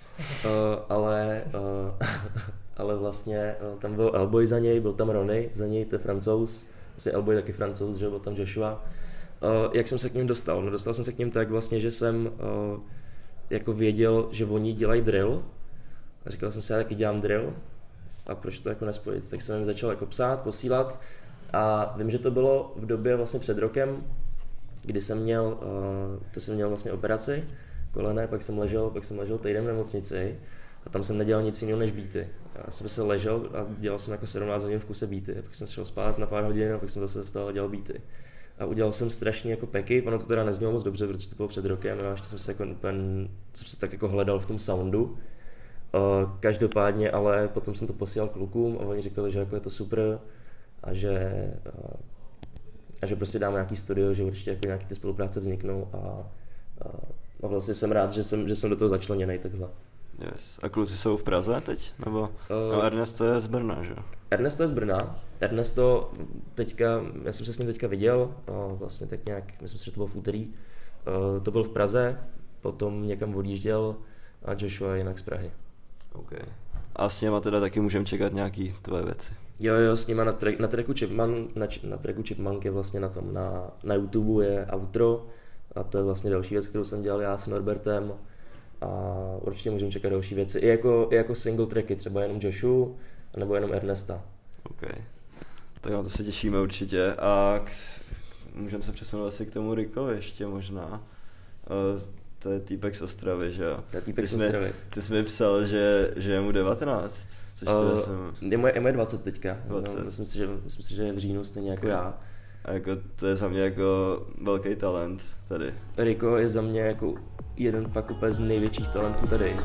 Ale vlastně tam byl Elboy za něj, byl tam Ronny za něj, to je Francouz, vlastně Elboy taky Francouz, že byl tam Joshua. Jak jsem se k ním dostal? No, dostal jsem se k ním tak vlastně, že jsem jako věděl, že oni dělají drill a říkal jsem si, já taky dělám drill a proč to jako nespojit, tak jsem jim začal jako psát, posílat a vím, že to bylo v době vlastně před rokem, kdy jsem měl vlastně operaci kolene, pak jsem ležel týden v nemocnici a tam jsem nedělal nic jiného než beaty. Já jsem se ležel a dělal jsem jako 17 hodin v kuse beaty, pak jsem šel spát na pár hodin a pak jsem zase vstal a dělal beaty. A udělal jsem strašně jako peky, ono to teda neznělo moc dobře, protože to bylo před rokem a ještě jsem se tak jako hledal v tom soundu. Každopádně, ale potom jsem to posílal klukům a oni říkali, že jako je to super a že prostě dáme nějaký studio, že určitě jako nějaký ty spolupráce vzniknou a vlastně jsem rád, že jsem do toho začleněnej takhle. Yes. A kluci jsou v Praze teď? Nebo Ernesto je z Brna, že? Ernesto je z Brna. Ernesto teďka, já jsem se s ním teďka viděl, vlastně tak nějak, myslím si, že to bylo v úterý. To byl v Praze, potom někam odjížděl a Joshua jinak z Prahy. Okay. A s něma teda taky můžeme čekat nějaký tvoje věci? Jo, s nima na tracku Chipmunk je vlastně na YouTube je outro a to je vlastně další věc, kterou jsem dělal já s Norbertem. A určitě můžeme čekat další věci. I jako single tracky, třeba jenom Joshua, nebo jenom Ernesta. OK. Tak na to se těšíme určitě. A můžeme se přesunout asi k tomu Rickovi ještě možná. To je týpek z Ostravy, že jo? To je týpek z Ostravy. Ty jsi mi psal, že je mu 19. Což je moje 20 teďka. 20. No, myslím si, že je v říjnu stejně jako já. A jako to je za mě jako velký talent tady. Rico je za mě jako jeden fakt úplně z největších talentů tady.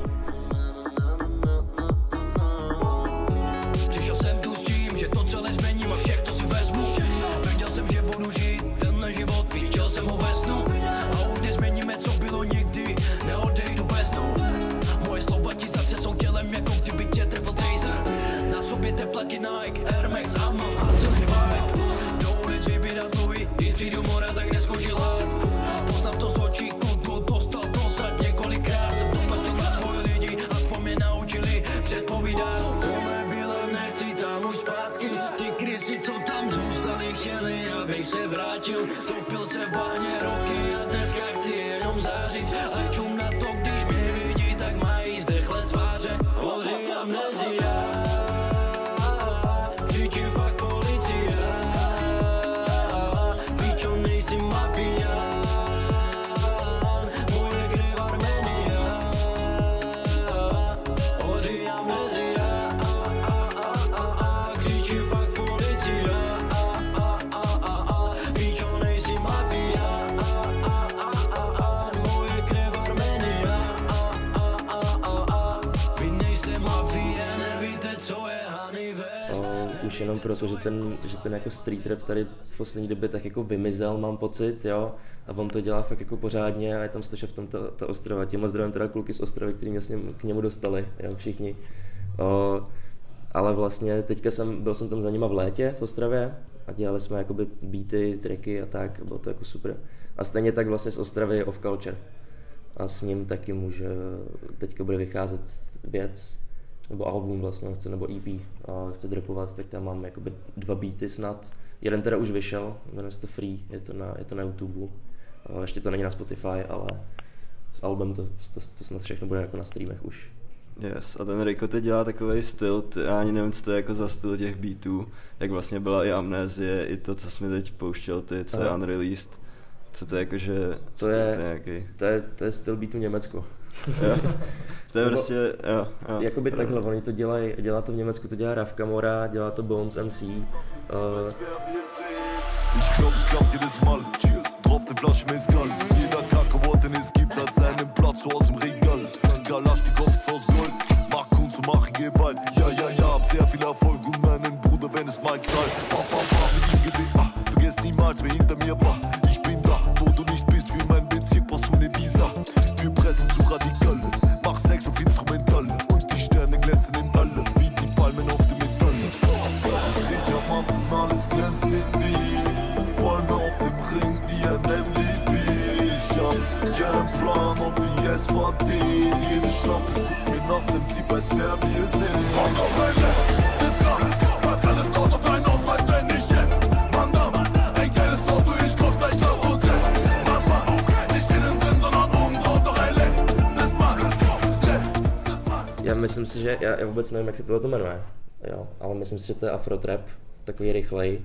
Přišel jsem tu s tím, že to celé změním a všechno si vezmu. Věděl jsem, že budu žít tenhle život, viděl jsem ho ve snu. A už nezměníme, co bylo nikdy, neodejdu bez dnu. Moje slova ti zatřesou tělem, jako kdyby tě trefil taser. Na sobě teplaky Nike, Air Max a mám hustling vibe. Do ulic vybírat dluhy, když přijdu mora, tak neskončí hlad. Poznám to z očí, kluku, dostal to zad několikrát. Jsem to platil na svoje lidi, aspoň mě naučili předpovídat. Vole, byla, nechci tam už zpátky. Ty krysy, co tam zůstali, chtěli, abych se vrátil. Topil se v báně roky a dneska chci jenom zářit. A čum na to, když mě vidí, tak mají zdechlé tváře. Hoří amnézia, křičí fakt policia. Píčo, nejsi mafia, moje krev Armenia. Hoří amnézia, křičí fakt policia. Píčo, nejsi mafia, moje krev Armenia. Vy nejste mafie, nevíte, co je Honey West. Už jenom proto, že ten jako street rap tady v poslední době tak jako vymizel, mám pocit, jo. A on to dělá fakt jako pořádně a je tam strašně v tom ta Ostrava. Tím zdravím teda kluky z Ostravy, který mě k němu dostali, jo, všichni. Ale vlastně teďka byl jsem tam za nima v létě v Ostravě a dělali jsme jakoby beaty, tracky a tak, bylo to jako super. A stejně tak vlastně z Ostravy je Off Culture. A s ním taky teďka bude vycházet věc, nebo album vlastně, nebo EP, a chce dropovat, tak tam mám jakoby 2 beaty snad. Jeden teda už vyšel, jmenuje se to Free, je to na YouTube. Ještě to není na Spotify, ale s album to snad všechno bude jako na streamech už. Yes, a ten Rico teď dělá takovej styl, já ani nevím, co to je jako za styl těch beatů, jak vlastně byla i Amnézie, i to, co jsme teď pouštěl, co je Unreleased. Co to je jako, že... To je styl beatu Německo. Jo. To je prostě, jo. Jakoby takhle, oni to dělá to v Německu, to dělá Rav Kamora, dělá to Bones MC. Ich glaub, es klappt jedes Mal. Cheers, drauf ne Flasche Mezcal. Jeder Kakaoat, den es gibt, hat seinen Platz so aus dem Regal. Kalaschnikow ist aus Gold, mach Kunst und mach Gewalt. Ja, hab sehr viel Erfolg und meinen Bruder, wenn es mal knallt. Mit ihm gewinnt, vergiss niemals, wer hinter mir war. Ich bin da, wo du nicht bist, für mein Bezirk brauchst du ne Visa. Für Presse zu radikal, mach Sex auf Instrumental. Und die Sterne glänzen in alle, wie die Palmen auf dem Metall. Ich seh Diamanten, alles glänzt in die Bäume auf dem Ring wie ein MVP. Ich hab keinen Plan, ob wir es verdienen. Jede Schlampe guckt mir nach, denn sie weiß, wer wir sind. Ist Gras, was alles aus auf deinen Ausweis, wenn nicht jetzt? Van Damme, ein geiles Auto, ich kauf gleich das Prozess. Mama, nicht innen drin, sondern oben drauf, doch ey, letztes Mal. Já myslím si, že já vůbec nevím, jak se tohle jmenuje, jo, ale myslím si, že to je afrotrap, takový rychlej.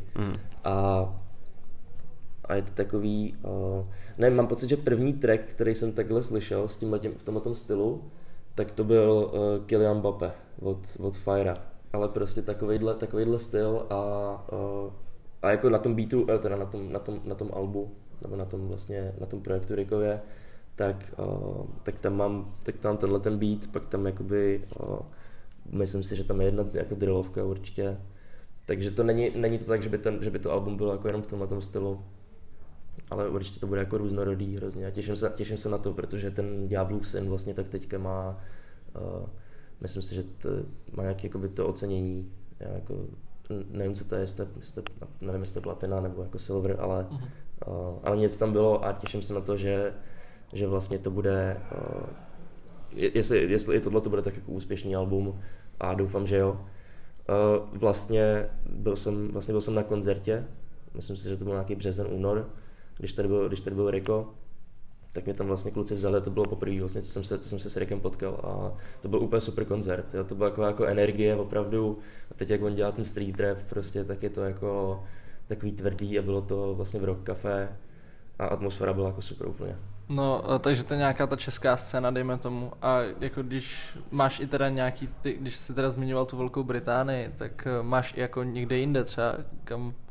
A je to takový, nevím, mám pocit, že první track, který jsem takhle slyšel v tomhle stylu, tak to byl Kylian Mbappé od Fira. Ale prostě takovýhle styl a jako na tom beatu, teda na tom albu, nebo na tom projektu Rickově, tak tam mám tenhle ten beat, pak tam jakoby, myslím si, že tam je jedna jako drillovka určitě. Takže to není to tak, že by to album bylo jako jenom v tomhle stylu. Ale určitě to bude jako různorodý hrozně a těším se na to, protože ten Ďáblův syn vlastně tak teďka má, myslím si, že to má nějaké jakoby to ocenění, já jako, nevím co to je, nevím jestli platina nebo jako silver, ale něco tam bylo a těším se na to, že vlastně to bude, jestli tohle to bude tak jako úspěšný album a doufám, že jo. Vlastně byl jsem na koncertě, myslím si, že to byl nějaký březen, únor, když tady byl Rico, tak mě tam vlastně kluci vzali, to bylo poprvé vlastně, co jsem se s Rickem potkal a to byl úplně super koncert, jo, to byla jako energie opravdu a teď jak on dělá ten street rap prostě, tak je to jako takový tvrdý a bylo to vlastně v Rock Café a atmosféra byla jako super úplně. No, takže to je nějaká ta česká scéna, dejme tomu. A jako když máš i teda nějaký, když jsi teda zmiňoval tu Velkou Británii, tak máš i jako někde jinde třeba, kam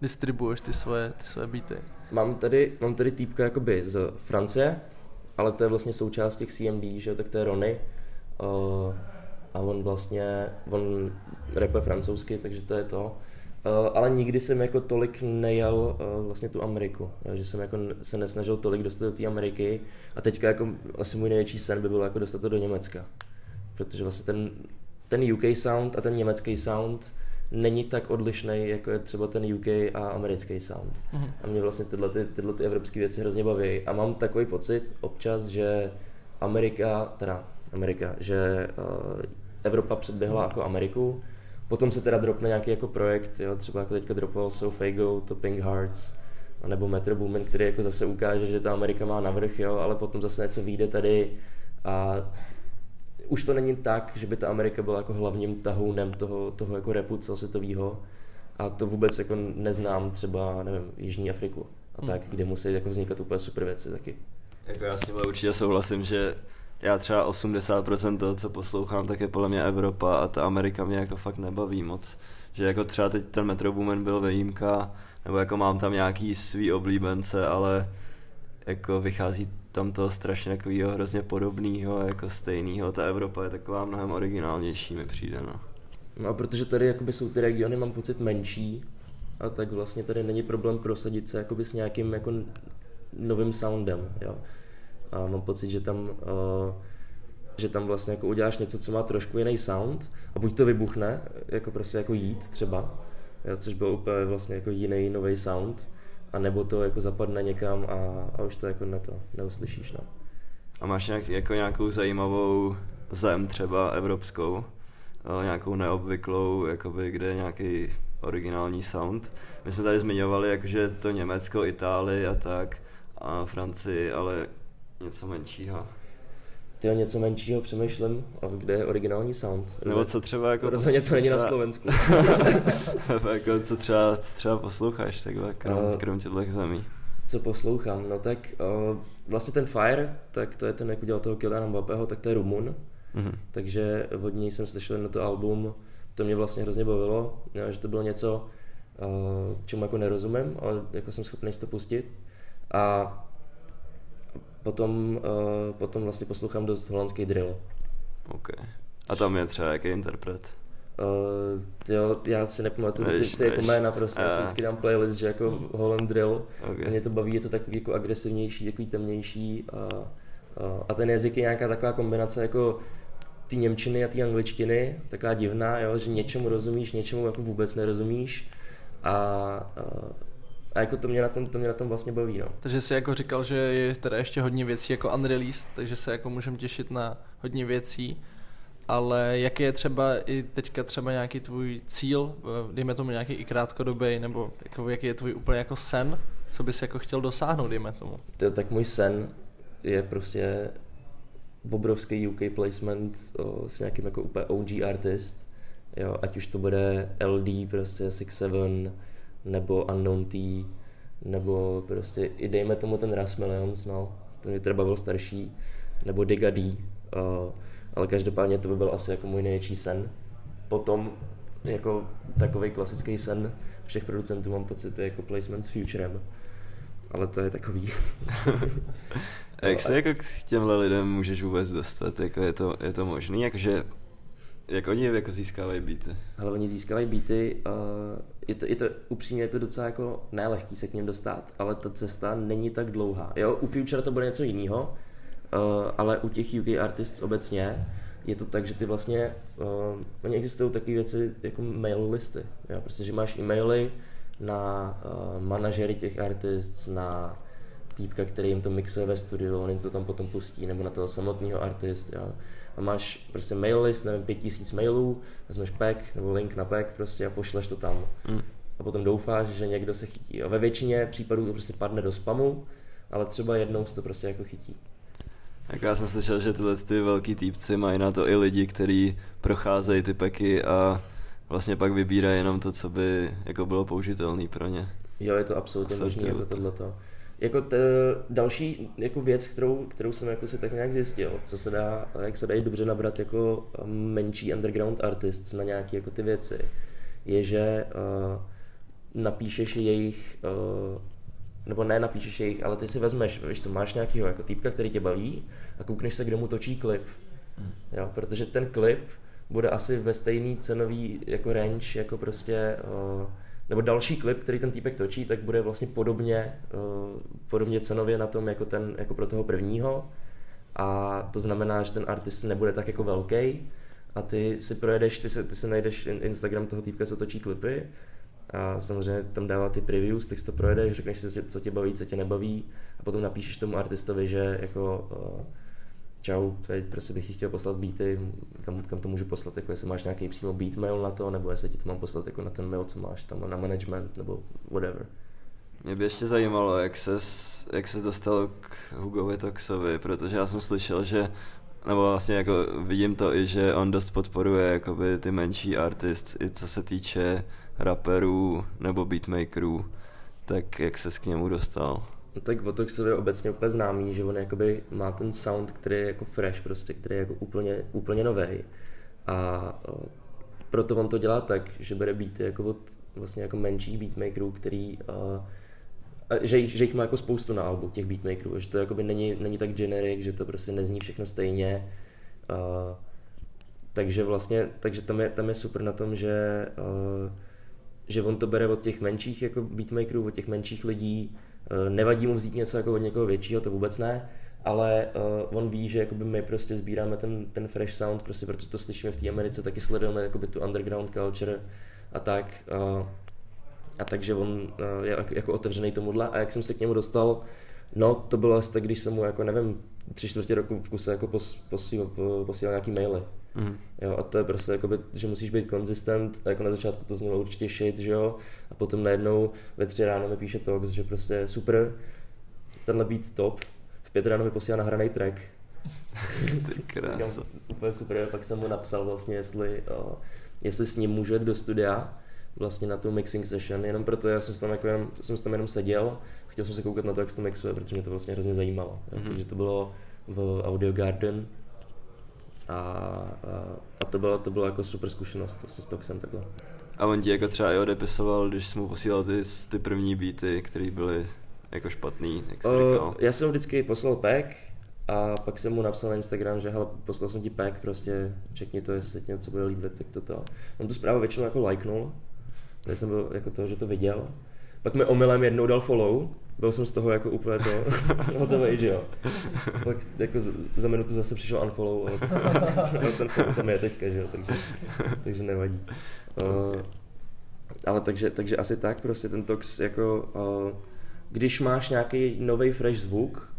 distribuuješ ty svoje beaty? Mám tady týpka jakoby z Francie, ale to je vlastně součást těch CMD, že tak to je Ronny. A on rapuje francouzsky, takže to je to. Ale nikdy jsem jako tolik nejel vlastně tu Ameriku, že jsem jako se nesnažil tolik dostat do té Ameriky a teďka jako asi můj největší sen by bylo jako dostat to do Německa. Protože vlastně ten UK sound a ten německý sound není tak odlišný, jako je třeba ten UK a americký sound. A mě vlastně tyhle evropské věci hrozně baví a mám takový pocit občas, že že Evropa předběhla jako Ameriku. Potom se teda dropne nějaký jako projekt, jo, třeba jako teďka dropoval Sofago, to Pink Hearts, nebo Metro Boomin, který jako zase ukáže, že ta Amerika má navrch, jo, ale potom zase něco vyjde tady a už to není tak, že by ta Amerika byla jako hlavním tahounem toho jako rapu celosvětovýho a to vůbec jako neznám třeba, nevím, Jižní Afriku a tak, kde musí jako vznikat úplně super věci taky. Jako já s tímhle určitě souhlasím, že já třeba 80% toho, co poslouchám, tak je podle mě Evropa a ta Amerika mě jako fakt nebaví moc. Že jako třeba teď ten Metro Boomin byl výjimka, nebo jako mám tam nějaký svý oblíbence, ale jako vychází tam to strašně takovýho hrozně podobného, jako stejného. Ta Evropa je taková mnohem originálnější, mi přijde, no. No a protože tady jakoby jsou ty regiony, mám pocit, menší, a tak vlastně tady není problém prosadit se jakoby s nějakým jako novým soundem, jo. A mám pocit, že tam vlastně jako uděláš něco, co má trošku jiný sound a buď to vybuchne, jako prostě jako jít třeba, jo, což byl úplně vlastně jako jiný nový sound, a nebo to jako zapadne někam a už to jako neuslyšíš, no. A máš nějakou zajímavou zem třeba evropskou, nějakou neobvyklou, jakoby, kde je nějaký originální sound. My jsme tady zmiňovali jakože to Německo, Itálii a tak, a Francii, ale něco menšího. Tyjo, něco menšího přemýšlím, kde je originální sound. Nebo co třeba jako... Rozhodně to není na Slovensku. Jako co třeba posloucháš takhle, krom těchto zemí? Co poslouchám? No tak vlastně ten Fire, tak to je ten, jak udělal toho Kyliana Mbappého, tak to je Rumun. Takže od něj jsem slyšel na to album, to mě vlastně hrozně bavilo, že to bylo něco, čemu jako nerozumím, ale jako jsem schopný si to pustit. A potom vlastně poslouchám dost holandský drill. OK. A tam je třeba jaký interpret? Jo, já si nepamatuju ty jako jména prostě, já si vždycky dám playlist, že jako Holland drill. Okay. A mě to baví, je to takový jako agresivnější, takový temnější a ten jazyk je nějaká taková kombinace jako ty němčiny a ty angličtiny, taková divná, jo, že něčemu rozumíš, něčemu jako vůbec nerozumíš a jako to mě na tom vlastně baví, no. Takže jsi jako říkal, že je teda ještě hodně věcí jako unreleased, takže se jako můžeme těšit na hodně věcí, ale jaký je třeba i teďka třeba nějaký tvůj cíl, dejme tomu nějaký i krátkodobý, nebo jako jaký je tvůj úplně jako sen, co bys jako chtěl dosáhnout, dejme tomu? Tak můj sen je prostě obrovský UK placement s nějakým jako úplně OG artist, jo, ať už to bude LD, prostě 6-7, nebo Unknown T, nebo prostě i dejme tomu ten Ras Millions, no, ten mě třeba byl starší, nebo Digga D, ale každopádně to by byl asi jako můj největší sen. Potom jako takovej klasický sen všech producentů mám pocit je jako placement s Futurem, ale to je takový. A jak se jako k těmhle lidem můžeš vůbec dostat, jako je to možný, jakože jak oni jako získávají beaty? Ale oni získávají beaty, je to upřímně je to docela jako nelehký se k něm dostat, ale ta cesta není tak dlouhá. Jo, u Future to bude něco jiného, ale u těch UK artists obecně je to tak, že ty vlastně, oni existují takové věci jako mail listy, jo, prostě, že máš e-maily na manažery těch artists, na týpka, který jim to mixuje ve studiu, on jim to tam potom pustí, nebo na toho samotného artist, jo. A máš prostě mail list, nevím, 5000 mailů, vezmeš pack nebo link na pack prostě a pošleš to tam. A potom doufáš, že někdo se chytí. A ve většině případů to prostě padne do spamu, ale třeba jednou se to prostě jako chytí. Tak já jsem slyšel, že tyhle ty velký týpci mají na to i lidi, kteří procházejí ty packy a vlastně pak vybírají jenom to, co by jako bylo použitelné pro ně. Jo, je to absolutně možné jako tohleto. Jako další jako věc, kterou jsem jako si tak nějak zjistil, co se dá, jak se dají dobře nabrat jako menší underground artists na nějaké jako ty věci, je, že napíšeš jejich, nebo ne napíšeš jejich, ale ty si vezmeš, víš co, máš nějakýho jako týpka, který tě baví a koukneš se, kdo mu točí klip. Jo, protože ten klip bude asi ve stejný cenový jako range, jako prostě, nebo další klip, který ten týpek točí, tak bude vlastně podobně cenově na tom jako ten, jako pro toho prvního. A to znamená, že ten artist nebude tak jako velký a ty si projedeš, ty si najdeš Instagram toho týpka, co točí klipy a samozřejmě tam dává ty previews, tak si to projedeš, řekneš si, co tě baví, co tě nebaví a potom napíšeš tomu artistovi, že jako čau, teď prostě bych ti chtěl poslat beaty, kam to můžu poslat, jako jestli máš nějaký přímo beat mail na to, nebo jestli ti to mám poslat jako na ten mail, co máš tam na management, nebo whatever. Mě by ještě zajímalo, jak ses dostal k Hugovi Toxovi, protože já jsem slyšel, že, nebo vlastně jako vidím to i, že on dost podporuje jakoby ty menší artists, i co se týče rapperů nebo beatmakerů, tak jak ses k němu dostal? No tak o Toxovi je obecně úplně známý, že on jakoby má ten sound, který je jako fresh prostě, který je jako úplně novej a proto on to dělá tak, že bere beaty jako od vlastně jako menších beatmakerů, který že jich má jako spoustu na albu, těch beatmakerů, že to jakoby není tak generic, že to prostě nezní všechno stejně. Takže tam je super na tom, že on to bere od těch menších jako beatmakerů, od těch menších lidí, nevadí mu vzít něco jako od někoho většího, to vůbec ne, ale on ví, že jakoby my prostě sbíráme ten fresh sound, prostě protože to slyšíme v té Americe, taky sledujeme jakoby tu underground culture a tak. A takže on je jako otevřený tomuhle a jak jsem se k němu dostal, no to bylo asi tak, když jsem mu jako nevím 3/4 roku v kuse jako posílal nějaký maily. Jo, a to je prostě jakoby, že musíš být konzistent a jako na začátku to znělo určitě shit, že jo, a potom najednou ve 3 ráno mi píše Tox, že prostě super, tenhle beat top, v 5 ráno mi posílá nahraný track. Ty krása. Úplně super, a pak jsem mu napsal vlastně, jestli s ním můžu jít do studia, vlastně na tu mixing session, jenom proto já jsem tam jenom seděl, chtěl jsem se koukat na to, jak se to mixuje, protože mě to vlastně hrozně zajímalo. Takže to bylo v Audio Garden a to bylo jako super zkušenost vlastně s Toxem takhle. A on ti jako třeba i odepisoval, když jsi mu posílal ty první beaty, které byly jako špatný, jak jsi říkal? Já jsem mu vždycky poslal pack a pak jsem mu napsal na Instagram, že hele, poslal jsem ti pack, prostě čekni to, jestli ti něco bude líbit, tak toto. On tu zprávu většinou jako lajknul, já jsem byl jako to, že to viděl. Pak mi omylem jednou dal follow, byl jsem z toho jako úplně to hotovej, že jo. Pak jako za minutu zase přišel unfollow, ale ten follow tam je teďka, že jo, takže nevadí. Ale takže asi tak prostě ten Tox jako, když máš nějaký nový fresh zvuk,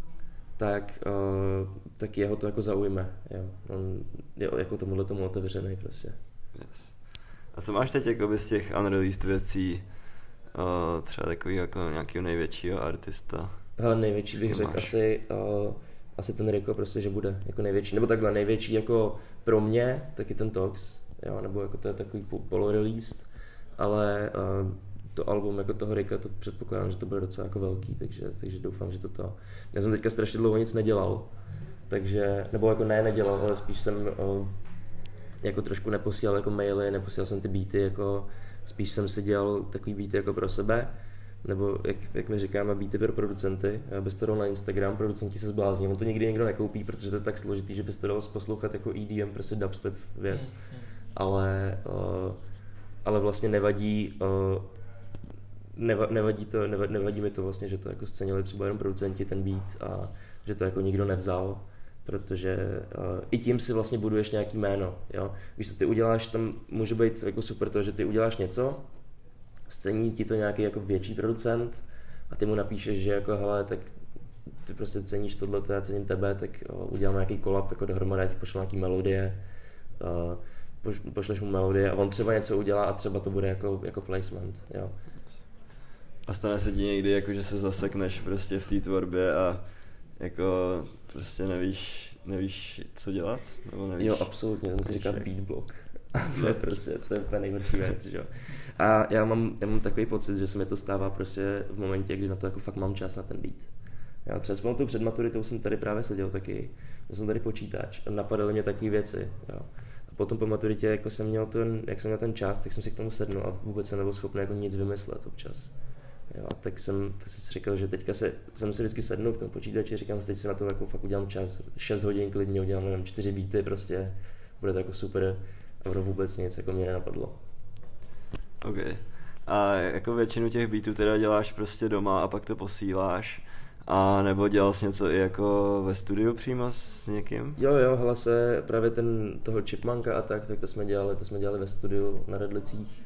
tak jeho to jako zaujme, jo. On je jako tomuhle tomu otevřený prostě. Yes. A co máš teď jakoby z těch unreleased věcí, třeba takový jako nějakého největšího artista? Hele, největší bych řekl asi ten Rico prostě, že bude jako největší, nebo takhle největší jako pro mě, taky ten Tox, jo, nebo jako to je takový poloreleased, ale to album jako toho Ricka, to předpokládám, že to bude docela jako velký, takže doufám, že to. Já jsem teďka strašně dlouho nic nedělal, takže, nebo jako nedělal, ale spíš jsem jako trošku neposílal jako maily, neposílal jsem ty beaty, jako spíš jsem si dělal takový beaty jako pro sebe, nebo jak my říkáme, beaty pro producenty, abys to dal na Instagram, producenti se zblázní, on to nikdy někdo nekoupí, protože to je tak složitý, že bys to dal poslouchat jako EDM, prostě dubstep věc, ale vlastně nevadí mi to vlastně, že to jako scenili třeba jenom producenti ten beat a že to jako nikdo nevzal, protože i tím si vlastně buduješ nějaký jméno, jo. Když to ty uděláš, tam může být jako super to, že ty uděláš něco, scení ti to nějaký jako větší producent a ty mu napíšeš, že jako hele, tak ty prostě ceníš tohleto, já cením tebe, tak udělám nějaký collab jako dohromady, já ti pošlu nějaký melodie, pošleš mu melodie a on třeba něco udělá a třeba to bude jako placement, jo. A stane se ti někdy, jako, že se zasekneš prostě v té tvorbě a jako prostě nevíš co dělat? Nebo nevíš? Jo, absolutně, to se říká beat block. to je úplně nejhorší věc, že jo. A já mám takový pocit, že se mi to stává prostě v momentě, kdy na to jako fakt mám čas na ten beat. Já třeba spomínám před maturitou jsem tady právě seděl taky, já jsem tady počítač a napadaly mě takové věci, jo. A Potom po maturitě, jak jsem měl ten čas, tak jsem si k tomu sednul a vůbec jsem nebyl schopný jako nic vymyslet občas. Jo, a tak jsem si říkal, že teďka jsem si vždycky sednul k tomu počítači, říkám, teď si na to jako fakt udělám čas, 6 hodin klidně udělám, nevím, 4 beaty prostě, bude to jako super a vůbec nic jako mě nenapadlo. OK. A jako většinu těch beatů teda děláš prostě doma a pak to posíláš? A nebo dělal jsi něco i jako ve studiu přímo s někým? Jo, hlase právě toho Chipmunka a tak to jsme dělali ve studiu na Redlicích.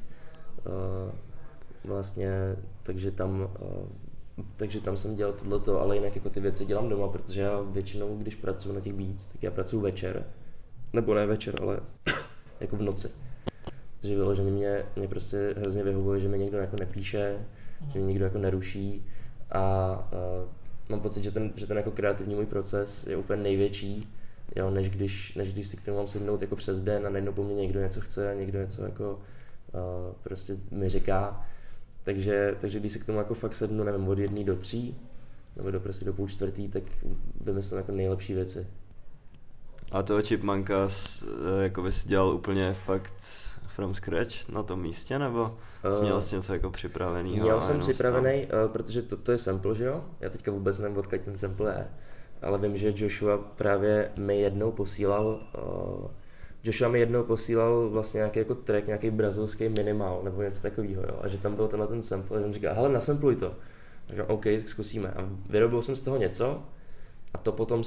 Vlastně, takže tam jsem dělal tohleto, ale jinak jako ty věci dělám doma, protože já většinou, když pracuji na těch beats, tak já pracuji večer. Nebo ne večer, ale jako v noci. Protože vyloženě mě prostě hrozně vyhovuje, že mi někdo jako nepíše, že mě někdo jako neruší a mám pocit, že ten jako kreativní můj proces je úplně největší, jo, než když si k tomu mám sednout jako přes den a najednou po mně někdo něco chce a někdo něco jako prostě mi říká. Takže když si k tomu jako fakt sednu, nevím, od 1 do 3 nebo do 3:30, tak vymyslím jako nejlepší věci. A toho Chipmunka jako bys dělal úplně fakt from scratch na tom místě, nebo měl jsi něco jako připraveného? Měl jsem připravený, protože to je sample, že jo? Já teďka vůbec nevím, odkud ten sample je, ale vím, že Joshua právě mi jednou posílal vlastně nějaký jako track, nějaký brazilský minimal nebo něco takového, jo? A že tam byl ten sample a on říká, hele, nasampluj to. A říkám, OK, tak zkusíme. A vyrobil jsem z toho něco a to potom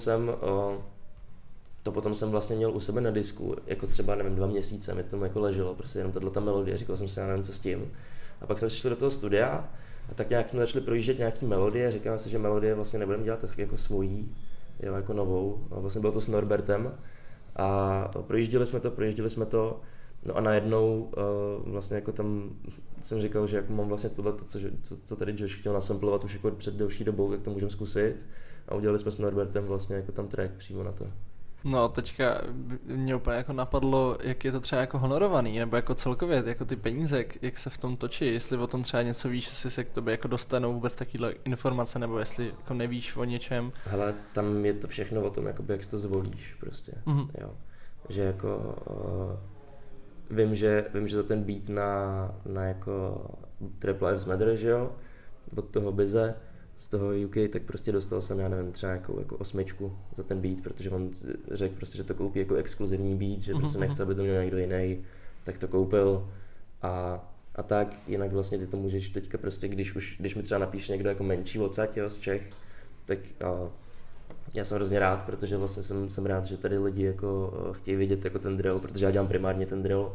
jsem vlastně měl u sebe na disku, jako třeba, nevím, 2 měsíce, mi to tam jako leželo, prostě jenom tato melodie, říkal jsem si, já nevím, co s tím. A pak jsem přišel do toho studia a tak nějak jsme začali projíždět nějaký melodie, říkal si, že melodie vlastně nebudeme dělat tak jako svojí, jo, jako novou. A vlastně bylo to s Norbertem a projížděli jsme to, no a najednou vlastně jako tam jsem říkal, že jako mám vlastně tohle, co tady Josh chtěl nasamplovat už jako před delší dobou, tak to můžeme zkusit. A udělali jsme s Norbertem vlastně jako tam track přímo na to. No, teďka mě úplně jako napadlo, jak je to třeba jako honorovaný, nebo jako celkově, jako ty peníze, jak se v tom točí, jestli o tom třeba něco víš, jestli se k tobě jako dostanou vůbec takovýhle informace, nebo jestli jako nevíš o něčem. Hele, tam je to všechno o tom, jakoby, jak si to zvolíš prostě, jo. Že jako vím, že za ten beat na jako Trap Lives Matter, že jo, od toho Bize, z toho UK, tak prostě dostal jsem, já nevím, třeba jako 8 za ten beat, protože on řekl prostě, že to koupí jako exkluzivní beat, že prostě nechce, aby to měl někdo jiný, tak to koupil a tak, jinak vlastně ty to můžeš teďka prostě, když mi třeba napíše někdo jako menší odsaď, jo, z Čech, tak já jsem hrozně rád, protože vlastně jsem rád, že tady lidi jako chtějí vidět jako ten drill, protože já dělám primárně ten drill,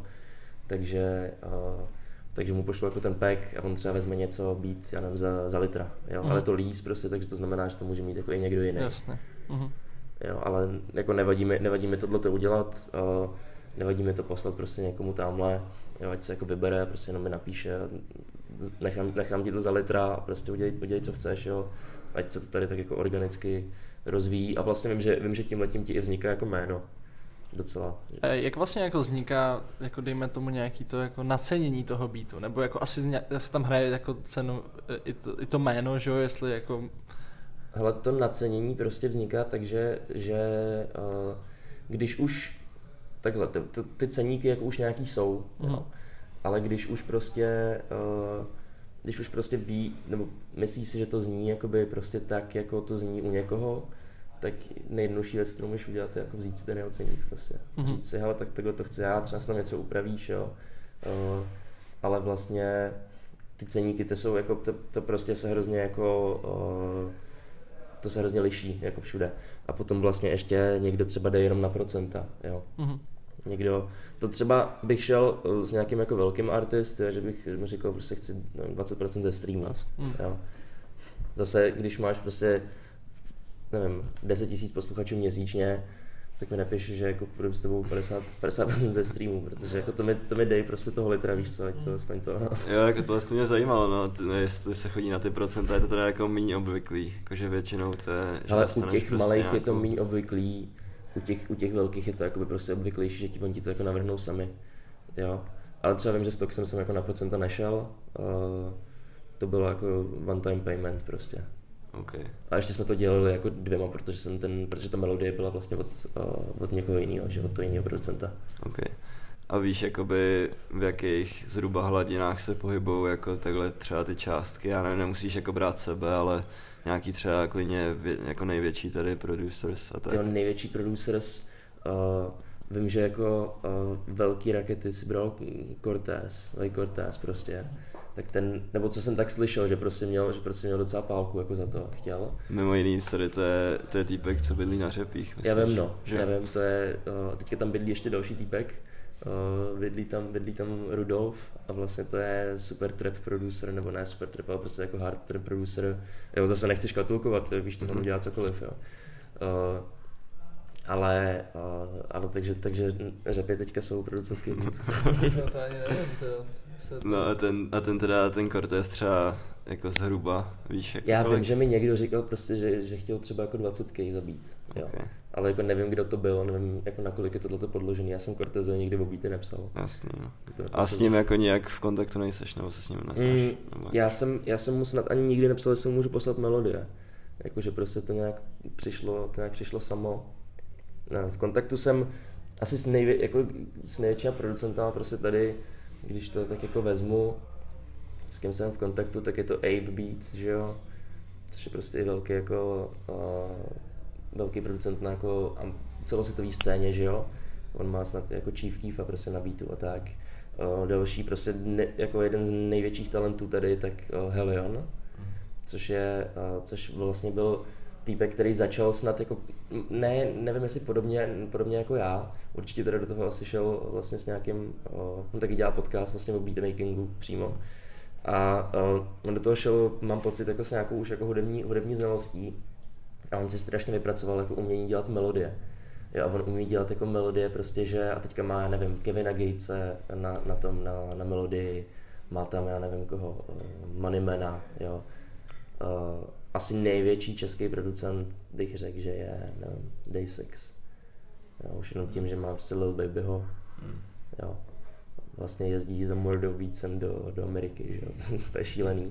takže mu pošlu jako ten pack a on třeba vezme něco být, já nevím, za litra, jo, ale to lease prostě, takže to znamená, že to může mít jako i někdo jiný. Jasně. Jo, ale jako nevadí mi tohleto udělat, nevadí mi to poslat prostě někomu tamhle, jo, ať se jako vybere, prostě jenom mi napíše, nechám ti to za litra a prostě udělej co chceš, jo, ať se to tady tak jako organicky rozvíjí a vlastně vím, že tímhletím ti i vzniká jako jméno. Docela. Jak vlastně jako vzniká, jako dejme tomu nějaký to jako nacenění toho beatu, nebo jako asi tam hraje jako cenu i to jméno, že jo, jestli jako... Hele, to nacenění prostě vzniká takže, že když už takhle, ty ceníky jako už nějaký jsou, jo, ale když už prostě ví, nebo myslí si, že to zní jakoby prostě tak, jako to zní u někoho, tak nejjednodušší věc, kterou můžeš udělat, je jako vzít si ten jeho ceník prostě. Říct si, hele, tak takhle to chci já, třeba si tam něco upravíš, jo. Ale vlastně ty ceníky, ty jsou jako, to prostě se hrozně jako, to se hrozně liší, jako všude. A potom vlastně ještě někdo třeba jde jenom na procenta, jo. Někdo, to třeba bych šel s nějakým jako velkým artist, že bych mi říkal, prostě chci 20% ze streamu, jo. Zase, když máš prostě nevím, 10 000 posluchačů měsíčně, tak mi napiš, že jako půjdu s tebou 50% ze streamu, protože jako to mi dej prostě toho litra, víš co, ať to aspoň to. Jo, jako to vlastně mě zajímalo, no, jestli se chodí na ty procenta, je to teda jako méně obvyklý, jakože většinou to je... Ale u těch prostě malých nějakou... je to méně obvyklý, u těch velkých je to jakoby prostě obvyklejší, že oni ti to jako navrhnou sami, jo. Ale třeba vím, že s Toxem jsem jako na procenta nešel, to bylo jako one time payment prostě. Okay. A ještě jsme to dělali jako 2, protože ta melodie byla vlastně od někoho jiného, že od toho jiného producenta. Okay. A víš, jakoby v jakých zhruba hladinách se pohybou jako takhle třeba ty částky? Já nevím, nemusíš jako brát sebe, ale nějaký třeba klidně jako největší tady producers a tak. Ty největší producers, vím, že jako velký rakety si bral Cortez prostě. Tak ten, nebo co jsem tak slyšel, že prostě měl docela pálku jako za to, chtěl. Mimo jiný, sorry, to je týpek, co bydlí na Řepích. Myslíš, já vím, to je, teďka tam bydlí ještě další týpek, bydlí tam Rudolf a vlastně to je super trap producer, nebo ne super trap, ale prostě jako hard trap producer. Jo, zase nechci škatulkovat, víš, co tam dělá cokoliv, jo. Ale takže Řepy teďka jsou producentský hud. No to ani nevím, No a ten Cortez třeba jako zhruba, víš, jako já kolik? vím, že mi někdo říkal prostě, že chtěl třeba jako 20k zabít, jo. Okay. Ale jako nevím, kdo to byl, nevím, jako na kolik je tohleto podložený, já jsem Cortezovi nikdy o beaty nepsal. Jasně, no. A s ním jako nějak v kontaktu nejseš, nebo se s ním neznáš? Já jsem mu snad ani nikdy nepsal, že si mu můžu poslat melodie, jakože prostě to nějak přišlo samo. No, v kontaktu jsem asi s největšíma producentama prostě tady, když to tak jako vezmu, s kým jsem v kontaktu, tak je to Ape Beats, že jo, což je prostě i velký producent na jako celosvětové scéně, že jo, on má snad jako Chief Keef a prostě na beatu a tak. Další prostě jako jeden z největších talentů tady, tak Helion, což vlastně byl týpek, který začal snad jako, nevím jestli podobně jako já, určitě teda do toho asi šel vlastně s nějakým, on taky dělá podcast vlastně o beatmakingu přímo a on do toho šel, mám pocit, jako s nějakou už jako hudební znalostí a on si strašně vypracoval jako umění dělat melodie. Jo, a on umí dělat jako melodie prostě, že a teďka má, nevím, Kevina Gatese na melodii, má tam, já nevím koho, Moneymana, jo. Asi největší český producent bych řekl, že je, nevím, Day6. Jo, už jenom tím, že má prostě Lil Babyho. Jo. Vlastně jezdí za Murdo Beatsem do Ameriky, že jo. To je šílený.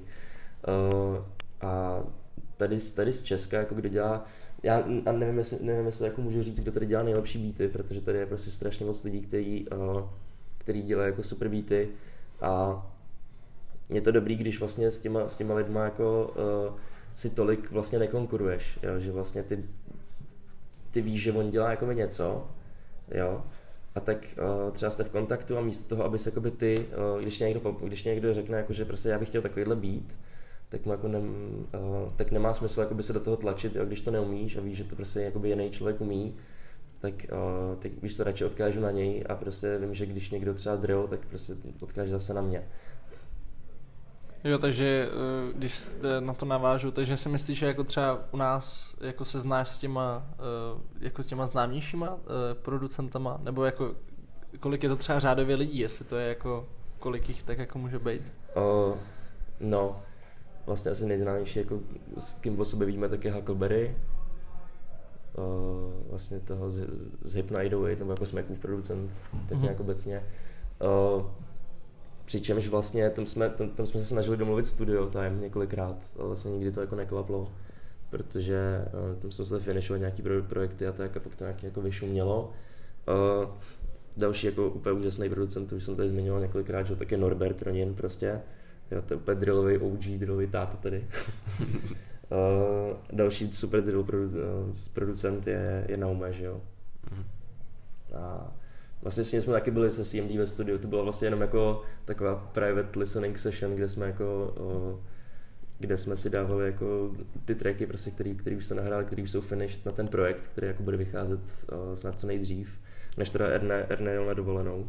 A tady z Česka, jako kdo dělá, já nevím, jestli jako můžu říct, kdo tady dělá nejlepší beaty, protože tady je prostě strašně moc lidí, který dělají jako super beaty a je to dobrý, když vlastně s těma lidma jako si tolik vlastně nekonkuruješ, jo? Že vlastně ty víš, že on dělá jako něco, jo, a tak třeba jste v kontaktu a místo toho, aby se jakoby ty, když někdo řekne, jako, že prostě já bych chtěl takovýhle beat, tak, jako tak nemá smysl jakoby se do toho tlačit, jo? Když to neumíš a víš, že to prostě jakoby jiný člověk umí, tak víš, se radši odkážu na něj a prostě vím, že když někdo třeba drill, tak prostě odkáže zase na mě. Jo, takže když na to navážu, takže si myslíš, že jako třeba u nás jako se znáš s těma známějšíma producentama, nebo jako kolik je to třeba řádově lidí, jestli to je jako, kolik jich tak jako může být? No, vlastně asi nejznámější, jako s kým o sobě víme, tak je Huckleberry, vlastně toho z Hypno 808, nebo jako Smackův producent, tak nějak obecně. Přičemž vlastně tam jsme se snažili domluvit studio time několikrát, ale vlastně nikdy to jako neklaplo, protože tam jsme se finishovat nějaký projekty a tak a pak to nějaký jako vyšumělo. Další jako úplně úžasný producent, už jsem tady zmiňoval několikrát, že tak je Norbert Ronin prostě, jo, to je úplně drillový OG, drillový táta tady. Další super drill producent je Naume, že jo. A vlastně s ním jsme taky byli se CMD ve studiu, to byla vlastně jenom jako taková private listening session, kde jsme si dávali jako ty tracky, prostě, který už se nahráli, který už jsou finished na ten projekt, který jako bude vycházet snad co nejdřív, než teda Erne jel na dovolenou.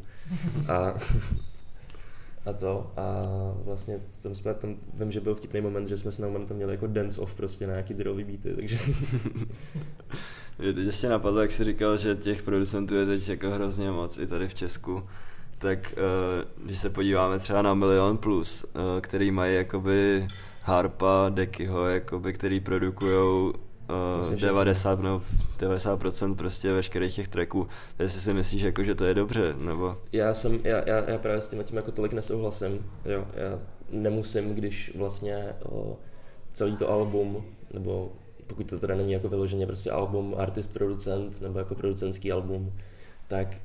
A vlastně tam vím, že byl vtipný moment, že jsme s Naumanem tam měli jako dance off prostě na nějaký drillový beaty, takže... Mě teď ještě napadlo, jak jsi říkal, že těch producentů je teď jako hrozně moc i tady v Česku, tak když se podíváme třeba na Milion Plus, který mají jakoby Harpa, Dekyho, jakoby, který produkujou 90% prostě veškerých těch tracků, jestli si myslíš, jako, že to je dobře, nebo? Já právě s tím jako tolik nesouhlasím, jo, já nemusím, když vlastně celý to album, nebo pokud to teda není jako vyloženě prostě album artist producent nebo jako producentský album, tak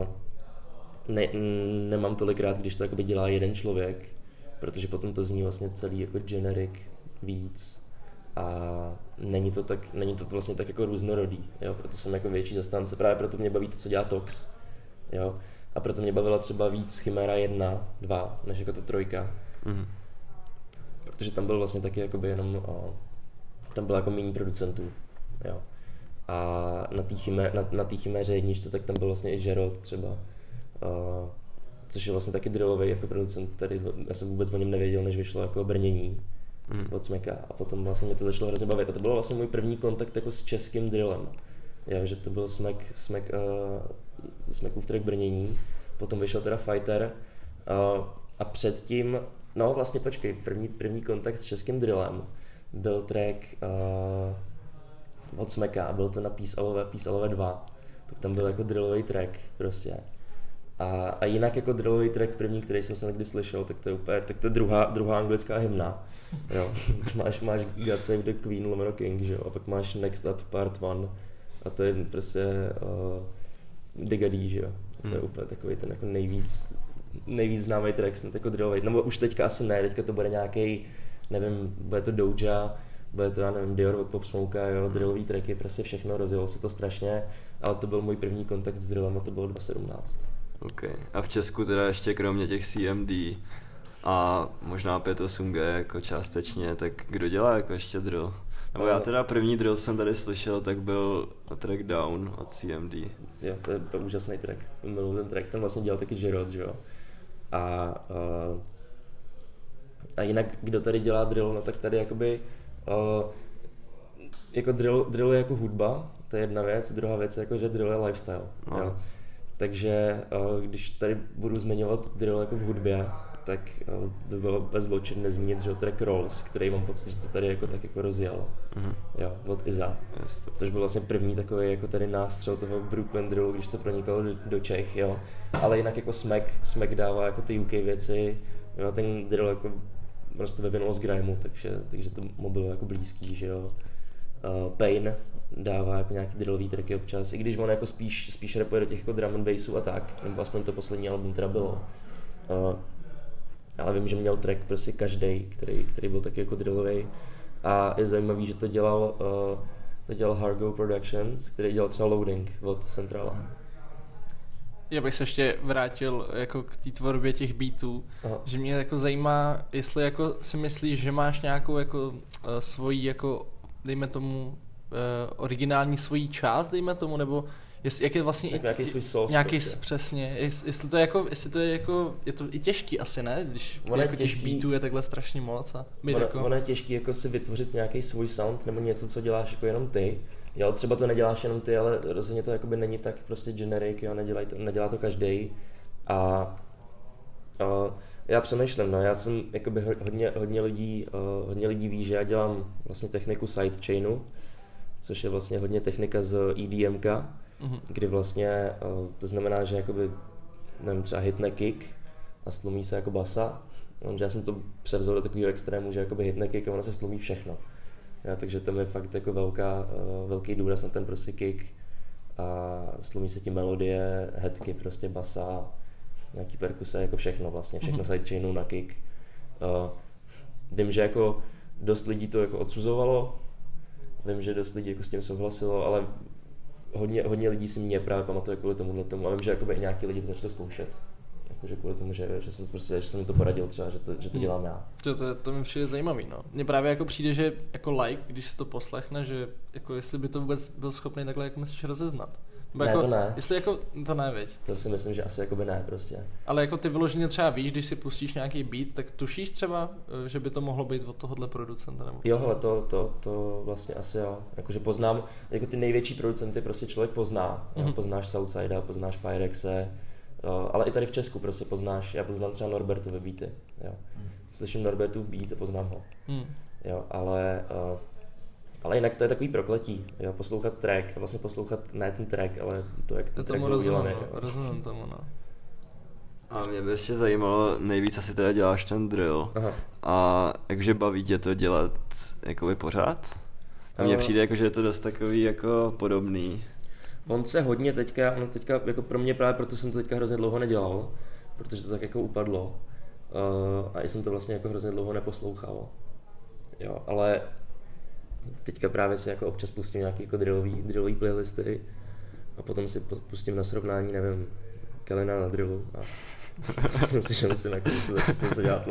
nemám tolik rád, když to jakoby dělá jeden člověk, protože potom to zní vlastně celý jako generic víc a není to vlastně tak jako různorodý, jo, proto jsem jako větší zastánce, právě proto mě baví to, co dělá Tox, jo, a proto mě bavila třeba víc Chimera 1, 2, než jako ta 3. Protože tam byl vlastně taky jakoby jenom, tam bylo jako méně producentů, jo. A na té Chiméře 1, tak tam byl vlastně i Gerald třeba, což je vlastně taky drillový jako producent, tady já jsem vůbec o něm nevěděl, než vyšlo jako Brnění od Smeka a potom vlastně mě to začalo hrozně bavit a to byl vlastně můj první kontakt jako s českým drillem, jo, že to byl Smekův track Brnění, potom vyšel teda Fighter a předtím, no vlastně počkej, první kontakt s českým drillem byl track od Smeka a byl to na Peace Alove 2, tak tam byl jako drillový track prostě. A jinak jako drillový track první, který jsem se někdy slyšel, tak to je úplně, tak to je druhá anglická hymna, jo. máš God Save the Queen lomeno King, že jo, a pak máš Next Up Part 1 a to je prostě Digga D, že jo. To je úplně takový ten jako nejvíc známý track, snad jako drillový, nebo už teďka asi ne, teďka to bude nějaký, nevím, bude to Doja, bude to, já nevím, Dior od Pop Smoke, jo, drillový tracky, prostě všechno, rozjelo se to strašně, ale to byl můj první kontakt s drillem a to bylo 2017. OK. A v Česku teda ještě kromě těch CMD a možná 5.8G jako částečně, tak kdo dělá jako ještě drill? Nebo já teda první drill jsem tady slyšel, tak byl track Down od CMD. Jo, to je úžasný track, miluji ten track, ten vlastně dělal taky Gerald, že jo. A jinak, kdo tady dělá drill, no tak tady jakoby jako drill je jako hudba, to je jedna věc, druhá věc je jako, že drill je lifestyle, no. Jo. Takže když tady budu zmiňovat drill jako v hudbě, tak by bylo bez zločin nezmínit, že track Rolls, který mám pocit, že to tady jako tak jako rozjel, jo, od Iza, což byl vlastně první takový jako tady nástřel toho Brooklyn drillu, když to pronikalo do Čech, jo, ale jinak jako Smack dává jako ty UK věci, jo, ten drill jako prostě vyvinulo z grimeu, takže to mu bylo jako blízký, že jo. Pain dává jako nějaký drillový tracky občas, i když on jako spíš rapuje do těch jako drum and bassů a tak, nebo aspoň to poslední album teda bylo. Ale vím, že měl track prostě každý, který byl taky jako drillový. A je zajímavý, že to dělal Hargo Productions, který dělal třeba Loading od Centrala. Já bych se ještě vrátil jako k té tvorbě těch beatů, že mě jako zajímá, jestli jako si myslíš, že máš nějakou jako svoji jako, dejme tomu, originální svoji část, dejme tomu, nebo jak je vlastně tak nějaký svůj source nějaký prostě. Přesně, jestli to je to i těžký asi, ne? Když jako těch beatů je takhle strašně moc a ono je těžký jako si vytvořit nějaký svůj sound nebo něco, co děláš jako jenom ty. Jo, třeba to neděláš jenom ty, ale rozhodně to jakoby není tak prostě generic, jo, nedělá to každý. A já přemýšlím, no, já jsem jakoby hodně lidí ví, že já dělám vlastně techniku sidechainu, což je vlastně hodně technika z EDMka, kdy vlastně to znamená, že jakoby, nevím, třeba hitne kick a slumí se jako basa, že já jsem to převzal do takového extrému, že jakoby hitne kick a ono se slumí všechno. Ja, takže tam je fakt jako velký důraz na ten prostě kick a slumí se tím melodie, headky, prostě basa, nějaký perkuse, jako všechno vlastně, všechno sidechainu na kick. Vím, že jako dost lidí to jako odsuzovalo, vím, že dost lidí jako s tím souhlasilo, ale hodně lidí si mě právě pamatuje kvůli tomu a vím, že jakoby i nějaký lidi to začali zkoušet. Jakože kvůli tomu, že jsem to poradil třeba, že to dělám já. To mi přijde zajímavý, no. Mně právě jako přijde, že jako like, když si to poslechne, že jako jestli by to vůbec byl schopný takhle jako myslíš rozeznat. Ne, jako, to ne. Jestli jako, to ne, viď? To si myslím, že asi jakoby ne prostě. Ale jako ty vyloženě třeba víš, když si pustíš nějaký beat, tak tušíš třeba, že by to mohlo být od tohohle producenta? Nebo jo, ale to vlastně asi jo. Jakože poznám, jako ty největší producenty prostě člověk pozná. Poznáš Southside, poznáš Pyrexe, ale i tady v Česku prostě poznáš, já poznám třeba Norbertové beaty, jo. Slyším Norbertův beat a poznám ho, jo, ale jinak to je takový prokletí, jo, poslouchat track a vlastně poslouchat ne ten track, ale to, jak ten track byl udělaný. Rozumím tomu, no. A mě by ještě zajímalo, nejvíc asi teda děláš ten drill. Aha. A jakože baví tě to dělat jakoby pořád? A mně přijde jako, že je to dost takový jako podobný. On teďka jako pro mě právě proto jsem to teďka hrozně dlouho nedělal, protože to tak jako upadlo. A já jsem to vlastně jako hrozně dlouho neposlouchal. Jo, ale teďka právě si jako občas pustím nějaký jako drillový playlisty a potom si pustím na srovnání, nevím, Kalina na drillu a slyšel si na konci něco dělat. No.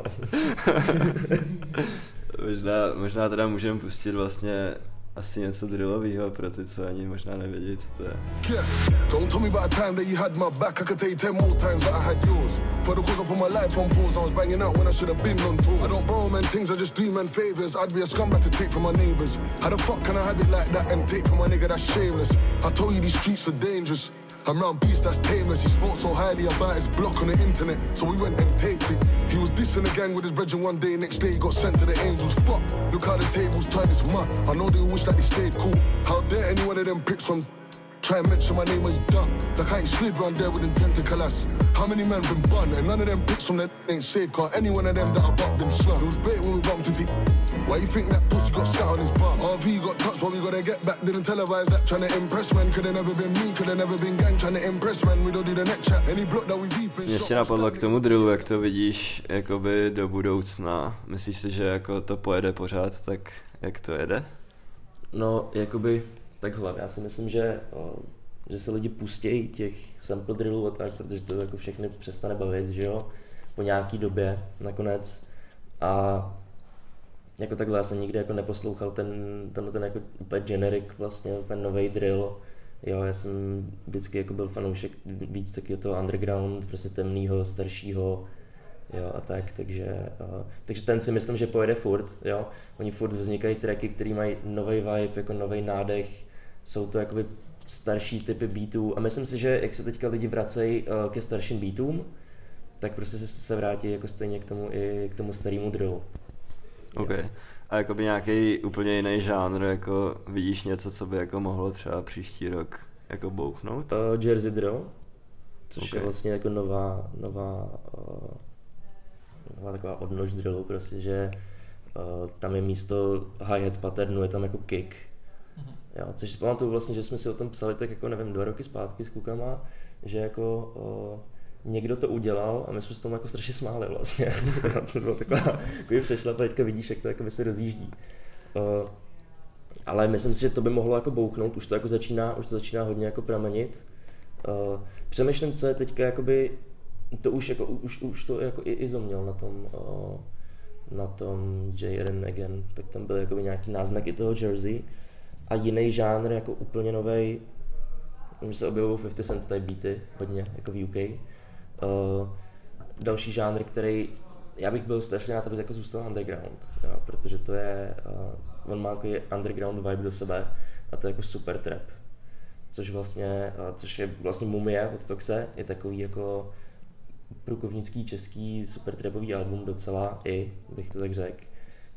možná teda můžeme pustit vlastně asi něco drillového pro ty, co ani možná nevědí, co to je. Don't tell me about a time that you had my back. I could tell you 10 more times that I had yours. For the cause I put my life on pause, I was banging out when I should have been on tour. I don't borrow men things, I just do men favors. I'd be a scumbag to take from my neighbors. How the fuck can I have it like that and take from my nigga that's shameless? I told you these streets are dangerous. I'm round beast that's tameless. He spoke so highly about his block on the internet, so we went and taped it. He was dissing the gang with his brethren one day, next day he got sent to the angels. Fuck, look how the tables turned, it's mad. I know they all wish that they stayed cool. How dare any one of them pricks on try and mention my name when you done. Like I ain't slid round there with intent to collapse. How many men been bun and none of them pricks from that ain't safe car. Any one of them that I bumped them slum. It was bait when we bumped into why you think that pussy got sat on his bum? RV got touched, but we gotta get back. Didn't televise that, trying to impress man. Could've never been me, could've never been gang. Trying to impress man, we don't do the net chat. Any block that we beef been. Ještě napadlo k tomu drillu, jak to vidíš jakoby do budoucna. Myslíš si, že jako to pojede pořád, tak jak to jede? No, jakoby takhle, já si myslím, že se lidi pustějí těch sample drillů a tak, protože to jako všechny přestane bavit, že jo, po nějaký době nakonec. A jako takhle, já jsem nikdy jako neposlouchal ten jako úplně generic vlastně, úplně novej drill. Jo, já jsem vždycky jako byl fanoušek víc takového toho underground, prostě temnýho, staršího, jo, a tak, takže ten si myslím, že pojede furt, jo. Oni furt vznikají tracky, který mají novej vibe, jako novej nádech, jsou to jakoby starší typy beatů a myslím si, že jak se teďka lidi vracejí ke starším beatům, tak prostě se vrátí jako stejně k tomu starému drillu. OK. A jakoby nějaký úplně jiný žánr, jako vidíš něco, co by jako mohlo třeba příští rok jako bouchnout? Jersey drill, což je vlastně jako nová taková odnož drillu, prostě, že tam je místo hi-hat patternu, je tam jako kick. Jo, což si pamatuju vlastně, že jsme si o tom psali tak jako nevím 2 roky zpátky s klukama, že jako někdo to udělal a my jsme se tomu jako strašně smáli vlastně. To bylo taková přešlapa, teďka vidíš, jak to jako se rozjíždí. Ale myslím si, že to by mohlo jako bouchnout, už to začíná hodně jako pramenit. Přemýšlím, co je teďka jakoby, to už to jako i zoměl na tom J.R.N. Again, tak tam byl jakoby nějaký náznak i toho Jersey. A jiný žánr, jako úplně novej, že se objevují 50 Cent type beaty, hodně, jako v UK. Další žánr, který já bych byl strašně rád, aby jako zůstal underground, jo, protože to je, on má jako underground vibe do sebe a to je jako super trap. Což je vlastně Mumie od Toxe, je takový jako průkovnický český super trapový album docela, bych to tak řekl.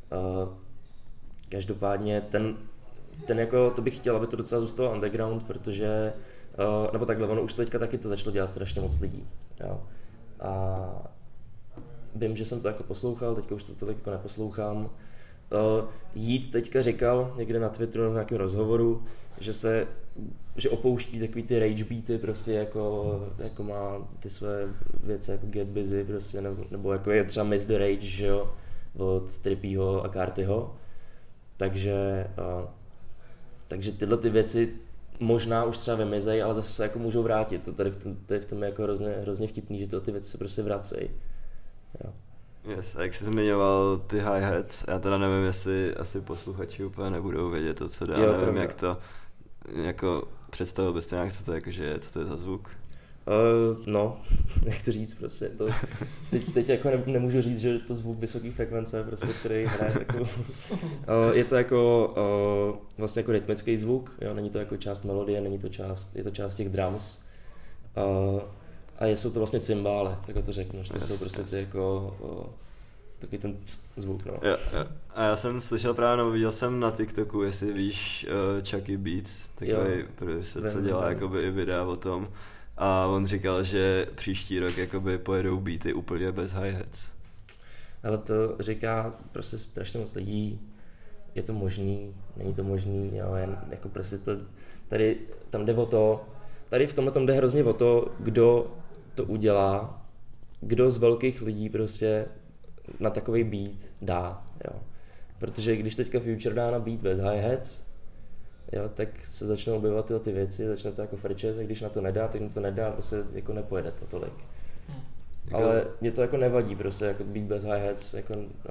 Každopádně ten jako, to bych chtěl, aby to docela zůstalo underground, protože, nebo takhle, ono už teďka taky to začalo dělat strašně moc lidí, jo. A vím, že jsem to jako poslouchal, teďka už to tolik jako neposlouchám. Jít teďka říkal někde na Twitteru na nějakém rozhovoru, že opouští takový ty rage beaty, prostě jako má ty své věci jako Get Busy, prostě, nebo jako je třeba Miss the Rage, že jo, od Trippyho a Cartyho. Takže tyhle ty věci možná už třeba vymizejí, ale zase se jako můžou vrátit. To tady v tom je jako hrozně vtipný, že tyhle ty věci se prostě vracejí. Jo. Yes, a jak jsi zmiňoval ty hi-hats, já teda nevím, jestli asi posluchači úplně nebudou vědět to, co dá, nevím, jak to, jako představil byste nějak, co to je za zvuk? No, jak to říct prostě, teď jako nemůžu říct, že je to zvuk vysoké frekvence, prostě, který hraje takovou, je to jako vlastně jako rytmický zvuk, jo, není to jako část melodie, je to část těch drums, a jsou to vlastně cymbály, tak to řeknu, že to jsou prostě ty jako takový ten zvuk, no. Jo. A já jsem slyšel právě, nebo viděl jsem na TikToku, jestli víš Chucky Beats, takový producer, co dělá jakoby i videa o tom. A on říkal, že příští rok jakoby pojedou beaty úplně bez hi-hats. Ale to říká prostě strašně moc lidí, je to možný, není to možný, ale jako prostě to, tady tam jde o to, tady v tomhle tom jde hrozně o to, kdo to udělá, kdo z velkých lidí prostě na takovej beat dá, jo. Protože když teďka Future dá na beat bez hi-hats, jo, tak se začnou objevovat tyhle ty věci, začne to jako frčet, a když na to nedá, tak na to nedá, prostě jako nepojede to tolik. Ale mě to jako nevadí prostě, jako beat bez hi-hats, jako,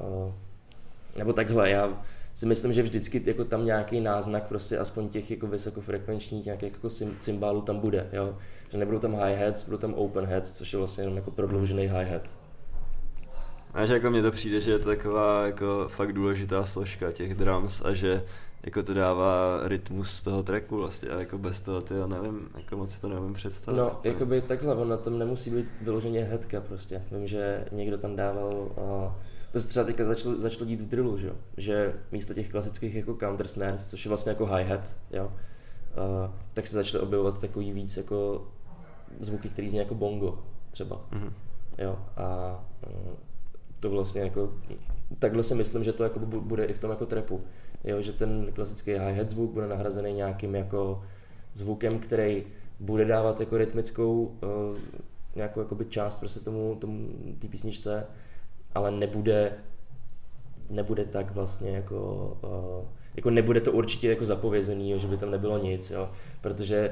nebo takhle, já si myslím, že vždycky jako tam nějaký náznak prostě aspoň těch jako vysokofrekvenčních nějakých jako cymbálů tam bude, jo. Že nebudou tam hi-hats, budou tam open hats, což je vlastně jenom jako prodloužený hi-hat. A že jako mně to přijde, že je to taková jako fakt důležitá složka těch drums a že jako to dává rytmus z toho tracku vlastně a jako bez toho tyjo, nevím, jako moc si to nevím představit. No, jakoby takhle, ono tam nemusí být vyloženě headka prostě. Vím, že někdo tam dával, to se třeba teďka začalo dít v drillu, že místo těch klasických jako counter snares, což je vlastně jako hi-hat, jo, tak se začaly objevovat takový víc jako zvuky, který zní jako bongo třeba, jo, a to vlastně jako, takhle si myslím, že to jako bude i v tom jako trapu, jo, že ten klasický hi-hat zvuk bude nahrazený nějakým jako zvukem, který bude dávat jako rytmickou nějakou jakoby část prostě tomu té písničce, ale nebude tak vlastně jako nebude to určitě jako zapovězený, jo, že by tam nebylo nic, jo, protože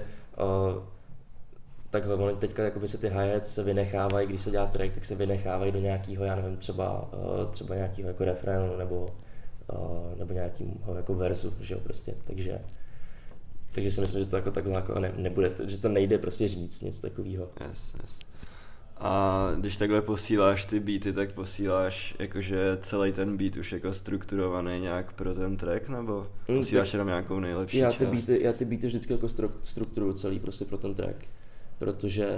takhle oni teďka jakoby se ty hi-hats se vynechávají, když se dělá track, tak se vynechávají do nějakého, já nevím, třeba nějakého jako refrénu nebo nějakého jako verzu, že jo, prostě, takže si myslím, že to jako takhle jako nebude, že to nejde prostě říct nic takového. Yes. A když takhle posíláš ty beaty, tak posíláš jakože celý ten beat už jako strukturovaný nějak pro ten track, nebo posíláš jenom nějakou nejlepší část? Já ty beaty vždycky jako strukturuju celý prostě pro ten track, protože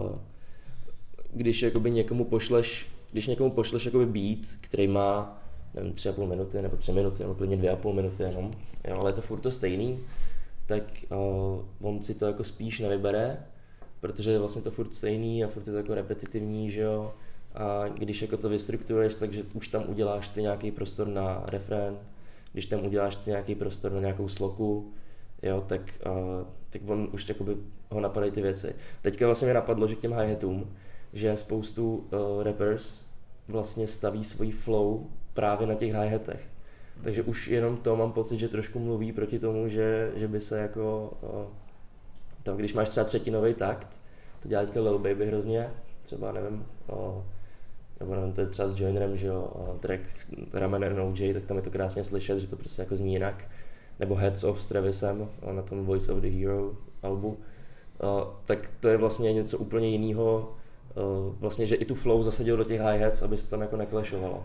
když jakoby někomu pošleš jakoby beat, který má nevím, 3,5 minuty nebo 3 minuty, nebo klidně 2,5 minuty jenom, jo, ale je to furt to stejný, tak on si to jako spíš nevybere, protože je vlastně to furt stejný a furt je to jako repetitivní, že jo. A když jako to vystrukturuješ, takže už tam uděláš ty nějaký prostor na refrén, když tam uděláš ty nějaký prostor na nějakou sloku, jo, tak on už jakoby ho napadají ty věci. Teďka vlastně mě napadlo, že k těm hi-hatům, že spoustu rappers vlastně staví svůj flow právě na těch hi-hatech. Takže už jenom to mám pocit, že trošku mluví proti tomu, že by se jako tam, když máš třeba třetinový takt, to dělá teďka Lil Baby hrozně, třeba nevím, nebo nevím, to je třeba s Joinerem, že jo, track Ramen and OJ, tak tam je to krásně slyšet, že to prostě jako zní jinak, nebo Heads Off s Travisem na tom Voice of the Hero albu, tak to je vlastně něco úplně jiného, vlastně, že i tu flow zasadil do těch hi-hats, aby se tam jako neklashovalo.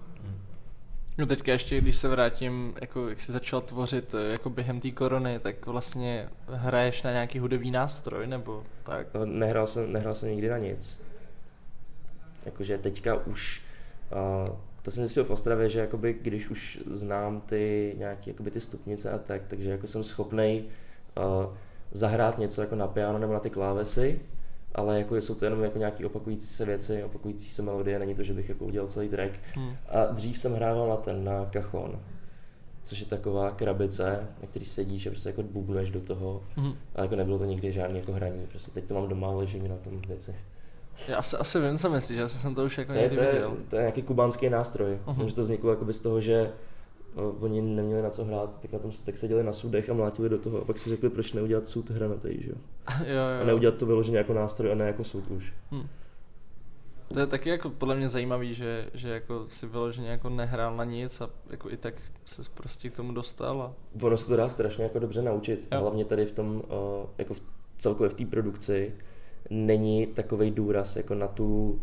No teďka ještě, když se vrátím, jako jak jsi začal tvořit jako během té korony, tak vlastně hraješ na nějaký hudební nástroj, nebo tak? Nehrál jsem nikdy na nic. Jakože teďka už, to jsem zjistil v Ostravě, že jakoby, když už znám ty nějaký jakoby ty stupnice a tak, takže jako jsem schopnej zahrát něco jako na piano nebo na ty klávesy, ale jako jsou to jenom jako nějaký opakující se věci, opakující se melodie, není to, že bych jako udělal celý track. A dřív jsem hrával na cajon, což je taková krabice, na který sedíš a prostě jako bubneš do toho, a jako nebylo to nikdy žádný jako hraní, prostě teď to mám doma, leží mi na tom věci. Já asi vím, co myslíš, já jsem to už jako někdy viděl. To je nějaký kubánský nástroj, že to vzniklo jakoby z toho, že oni neměli na co hrát, tak na tom tak seděli na sudech a mlátili do toho a pak si řekli, proč neudělat sud hranatej, že jo? A neudělat to vyloženě jako nástroj a ne jako sud už. To je taky jako podle mě zajímavý, že jako si vyloženě jako nehrál na nic a jako i tak se prostě k tomu dostal. A... Ono se to dá strašně jako dobře naučit, hlavně tady v tom, jako celkově v té produkci není takovej důraz jako na tu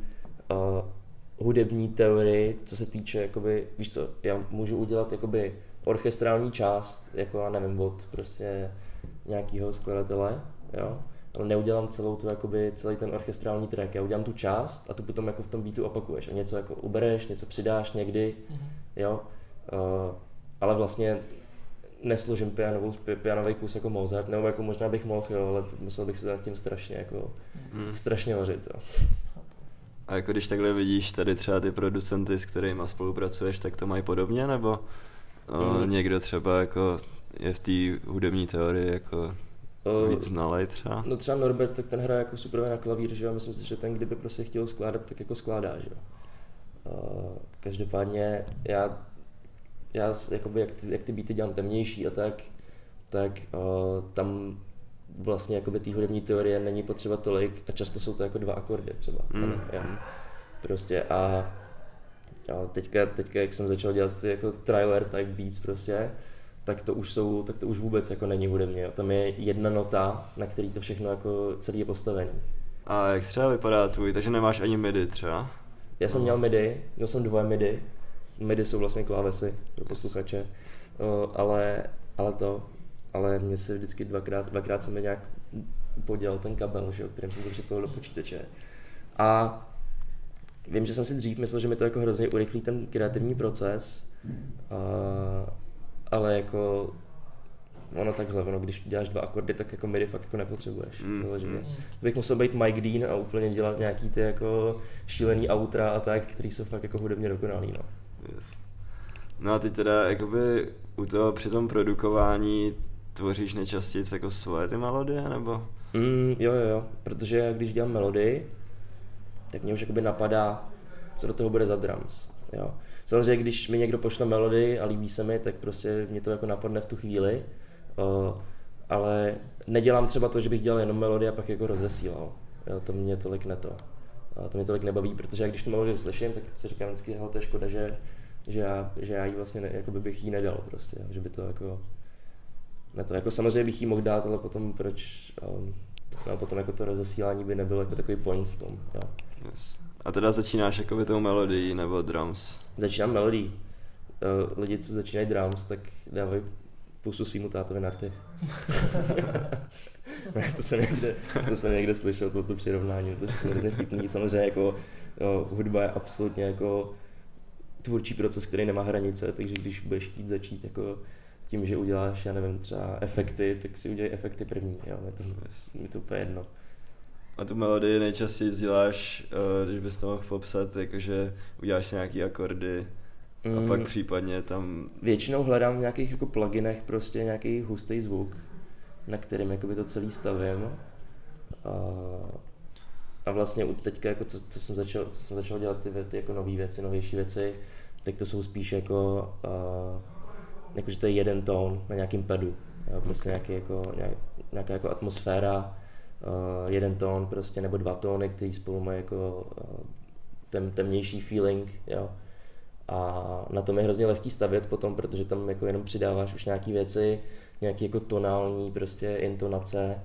hudební teorii, co se týče, jakoby, víš co, já můžu udělat jakoby orchestrální část, jako já nevím, od prostě nějakého skladatele, jo, ale neudělám celý ten orchestrální track, já udělám tu část a tu potom jako v tom beatu opakuješ a něco jako ubereš, něco přidáš někdy, jo, ale vlastně nesložím pianový kus jako Mozart, nebo jako možná bych mohl, jo, ale musel bych se za tím strašně jako strašně vařit. Jo. A jako když takhle vidíš tady třeba ty producenty, s kterými spolupracuješ, tak to mají podobně, nebo někdo třeba jako je v té hudební teorii jako víc znalej třeba? No třeba Norbert, tak ten hraje jako super na klavír, že jo, myslím si, že ten kdyby prostě chtěl skládat, tak jako skládá, že jo. Každopádně já jakoby jak ty beaty dělám temnější a tak tam vlastně jakoby té hudební teorie není potřeba tolik a často jsou to jako 2 akordy třeba. Prostě a teďka jak jsem začal dělat ty jako trailer type beats prostě, tak to už vůbec jako není hudebně. Tam je jedna nota, na který to všechno jako celý je postavený. A jak třeba vypadá tvůj, takže nemáš ani MIDI třeba? Já jsem měl jsem 2 MIDI. MIDI jsou vlastně klávesy pro posluchače, ale mě se vždycky dvakrát jsem mi nějak podělal ten kabel, že, kterým jsem to připojil do počítače. A vím, že jsem si dřív myslel, že mi to jako hrozně urychlí ten kreativní proces, ale jako ono když děláš 2 akordy, tak jako MIDI fakt jako nepotřebuješ. Bych musel být Mike Dean a úplně dělat nějaký ty jako šílený outra a tak, který jsou fakt jako hudebně dokonalý, no. Yes. No a ty teda jakoby při tom produkování tvoříš nejčastěji jako svoje ty melodie, nebo? Jo, protože já když dělám melodii, tak mě už jakoby napadá, co do toho bude za drums, jo. Samozřejmě, když mi někdo pošle melodii a líbí se mi, tak prostě mě to jako napadne v tu chvíli, ale nedělám třeba to, že bych dělal jenom melodii a pak jako rozesílal, jo, to mě tolik nebaví, protože když tu melodii slyším, tak si říkám vždycky, hele, to je škoda, že já jí vlastně jakoby bych jí nedal prostě, že by to jako ne to, jako samozřejmě bych jí mohl dát, ale potom potom jako to rozesílání by nebylo jako takový point v tom, jo. Yes. A teda začínáš jakoby tou melodií nebo drums? Začínám melodií. Lidi, co začínají drums, tak dávají pusu svýmu tátovi na rty. To jsem někde slyšel, toto přirovnání, to je hrozně vtipný. Samozřejmě jako hudba je absolutně jako tvůrčí proces, který nemá hranice, takže když budeš chtít začít jako tím, že uděláš, já nevím, třeba efekty, tak si udělej efekty první, jo, je to úplně jedno. A tu melodii nejčastěji děláš, když bys to mohl popsat, jakože uděláš si nějaký akordy a pak případně tam... Většinou hledám v nějakých jako pluginech prostě nějaký hustý zvuk, na kterým jakoby to celý stavím. A vlastně teďka, jako co jsem začal dělat ty jako nový věci, novější věci, tak to jsou spíš jako že to je jeden tón na nějakým padu. Jo, prostě nějaká jako atmosféra, jeden tón prostě, nebo 2 tóny, který spolu mají jako temnější feeling, jo. A na tom je hrozně lehký stavět potom, protože tam jako jenom přidáváš už nějaký věci, nějaký jako tonální prostě intonace.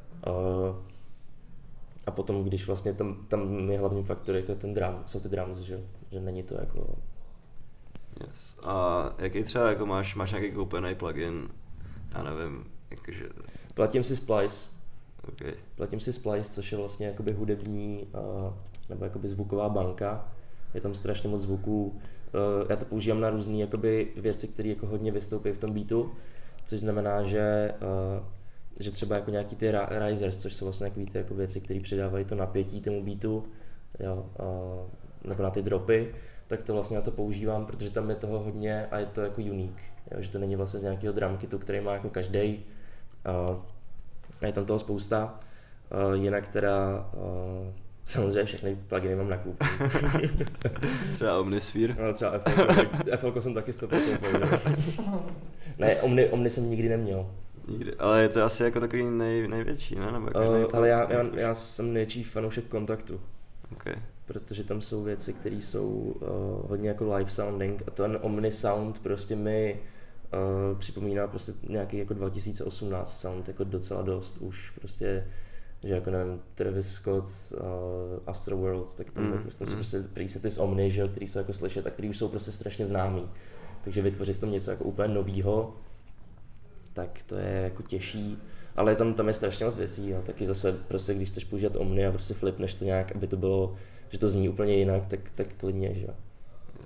A potom, když vlastně tam je hlavní faktor jako ten drum, jsou ty drums, že není to jako... Yes. A jaký třeba jako máš nějaký koupený plugin? Já nevím, jakože... Platím si Splice. Okay. Platím si Splice, což je vlastně jakoby hudební nebo jakoby zvuková banka. Je tam strašně moc zvuků. Já to používám na různé jakoby věci, které jako hodně vystoupí v tom beatu, což znamená, že třeba jako nějaký ty risers, což jsou vlastně ty jako věci, které přidávají to napětí tomu beatu, jo, nebo na ty dropy, tak to vlastně na to používám, protože tam je toho hodně a je to jako unique, jo, že to není vlastně z nějakého drum kitu, který má jako každej. A je tam toho spousta. Jinak teda samozřejmě všechny pluginy mám na kůpku. Třeba Omnisphere? No, třeba FL jsem taky 100%. Ne, Omni jsem nikdy neměl. Nikdy, ale je to asi jako takový největší, ne? Nebo jako ale já jsem největší fanoušek Kontaktu. Okay. Protože tam jsou věci, které jsou hodně jako live sounding a ten Omni sound prostě mi připomíná prostě nějaký jako 2018 sound jako docela dost už prostě, že jako nevím, Travis Scott, Astroworld, tak tam prostě jsou prostě presety z Omni, že, který jsou jako slyšet a který už jsou prostě strašně známý. Takže vytvořit v tom něco jako úplně novýho, tak to je jako těžší, ale tam je strašně moc věcí, jo. Taky zase prostě když chceš používat Omni a prostě flipneš to nějak, aby to bylo, že to zní úplně jinak, tak klidně, že jo.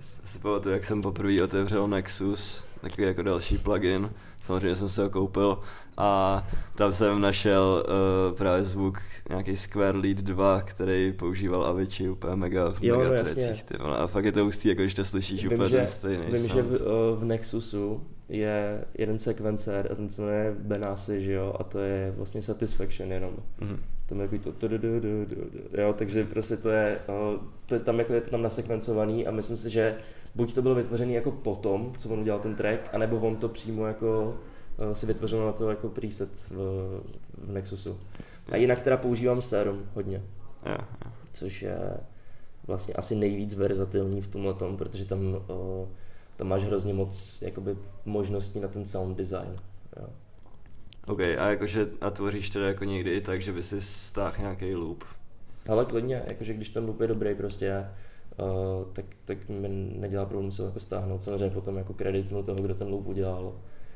Si pamatuju, jak jsem poprvé otevřel Nexus, takový jako další plugin, samozřejmě jsem se ho koupil a tam jsem našel právě zvuk nějaký Square Lead 2, který používal Avicii úplně mega trecích, a fakt je to hustý, jako když to slyšíš úplně ten stejný Vím, sound. že v Nexusu je jeden sekvencer a ten se jmenuje Benassi, že jo, a to je vlastně Satisfaction jenom. To je jako to jo, takže prostě to je tam jako je to tam nasekvencovaný a myslím si, že buď to bylo vytvořený jako potom, co on udělal ten track, anebo on to přímo jako si vytvořil na to jako preset v Nexusu. A jinak teda používám Serum hodně, což je vlastně asi nejvíc verzatilní v tomhletom, protože tam máš hrozně moc jakoby možností na ten sound design. Jo. OK, a tvoříš teda jako někdy i tak, že by si stáhl nějaký loop? Ale klidně, jakože když ten loop je dobrý prostě, tak mi nedělá problém se jako stáhnout. Samozřejmě potom jako kreditnu toho, kdo ten loop udělal.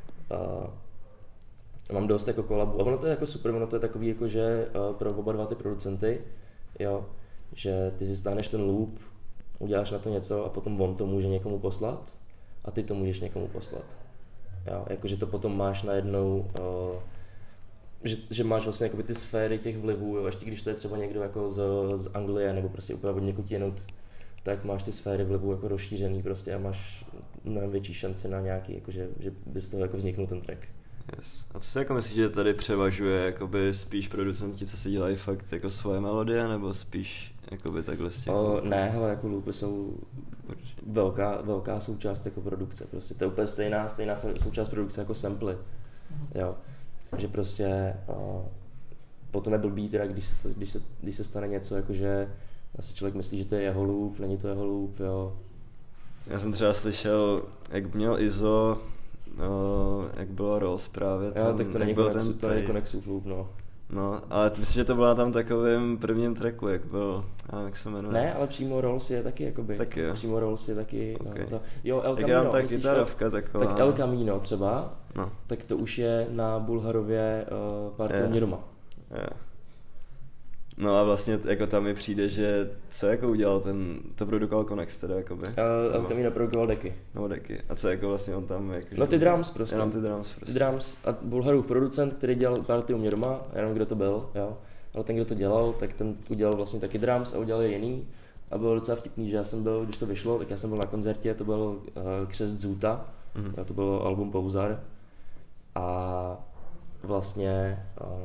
Mám dost jako kolabů. A ono to je jako super, ono to je takový jako, že pro oba dva ty producenty, jo, že ty si stáhneš ten loop, uděláš na to něco a potom on to může někomu poslat a ty to můžeš někomu poslat. Jo, jakože to potom máš najednou, že máš vlastně jakoby ty sféry těch vlivů, jo, ještě když to je třeba někdo jako z Anglie nebo prostě úplně od někud jinut, tak máš ty sféry vlivů jako rozšířený prostě a máš mnohem větší šanci na nějaký, jakože, že by z toho jako vzniknul ten track. Yes. A co si jako myslíš, že tady převažuje jakoby spíš producenti, co si dělají fakt jako svoje melodie, nebo spíš jakoby takhle z těch? Ne, hele, jako loopy jsou velká součást jako produkce, prostě to je úplně stejná součást produkce jako samply, jo. Že prostě potom je blbý teda, když se stane něco, jakože asi člověk myslí, že to je jeho loop, není to jeho loop, jo. Já jsem třeba slyšel, jak měl Izo, jak bylo Rolls právě. Jo, tak to není Konexův loop, no. No, ale myslím, že to byla tam takovým prvním tracku, jak byl, jak se jmenuje. Ne, ale přímo Rolls je taky jakoby. Tak jo. Přímo Rolls je taky, okay. No, to, jo, El tak Camino. Tak kytarovka taková. Tak El Camino třeba, no. Tak to už je na Bulharově Party u mě doma. Jo. No a vlastně jako tam mi přijde, že co jako udělal to produkoval Konex teda jakoby? El Camino produkoval deky. No deky. A co jako vlastně on tam jako... No ty drums prostě. Jenom ty drums prostě. Ty drums a Bulharův producent, který dělal Party u mě doma, já nevím, kdo to byl, jo. Ale ten, kdo to dělal, tak ten udělal vlastně taky drums a udělal je jiný. A bylo docela vtipný, že já jsem byl, když to vyšlo, tak já jsem byl na koncertě, to byl Křest Zuta, to bylo album Pouzar. A vlastně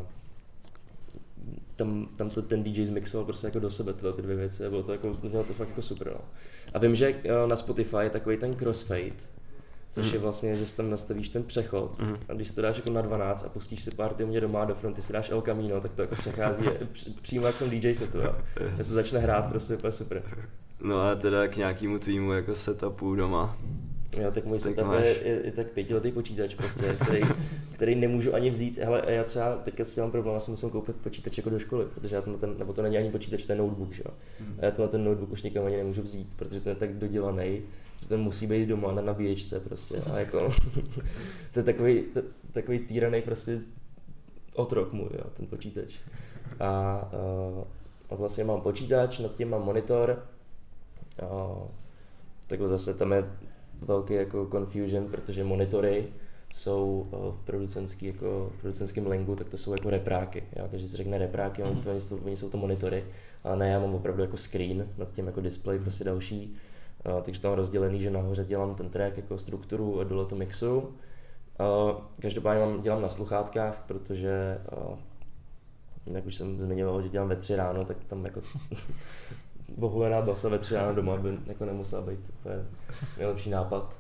tam to ten DJ zmixoval prostě jako do sebe tyhle ty dvě věci a bylo to jako, znělo to fakt jako super, no. A vím, že na Spotify je takový ten crossfade, což je vlastně, že si tam nastavíš ten přechod a když si to dáš jako na 12 a pustíš si Party u mě doma do fronty, si dáš El Camino, tak to jako přechází přímo jak v tom DJ setu, jo. A to začne hrát prostě úplně super. No a teda k nějakému tvýmu jako setupu doma. Jo, tak můj setup je tak 5letý počítač prostě, který nemůžu ani vzít. Hele, já třeba teďka si mám problém, já si musím koupit počítač jako do školy, protože já nebo to není ani počítač, to je notebook, že jo. A já ten notebook už nikam ani nemůžu vzít, protože ten je tak dodělaný, že ten musí být doma na nabíječce prostě. A jako, to je takový týraný prostě otrok můj, jo, ten počítač. A vlastně mám počítač, nad tím mám monitor. Takhle zase tam je velký jako confusion, protože monitory jsou v producentském lingu, tak to jsou jako repráky. Jo? Každý si řekne repráky, oni jsou to monitory, ale ne, já mám opravdu jako screen, nad tím jako display prostě další, takže tam rozdělený, že nahoře dělám ten track jako strukturu a dole to mixu. Každopádně dělám na sluchátkách, protože jak už jsem zmiňoval, že dělám ve 3 ráno, tak tam jako bohulená basa ve 3 ráno doma by jako nemusela být nejlepší nápad.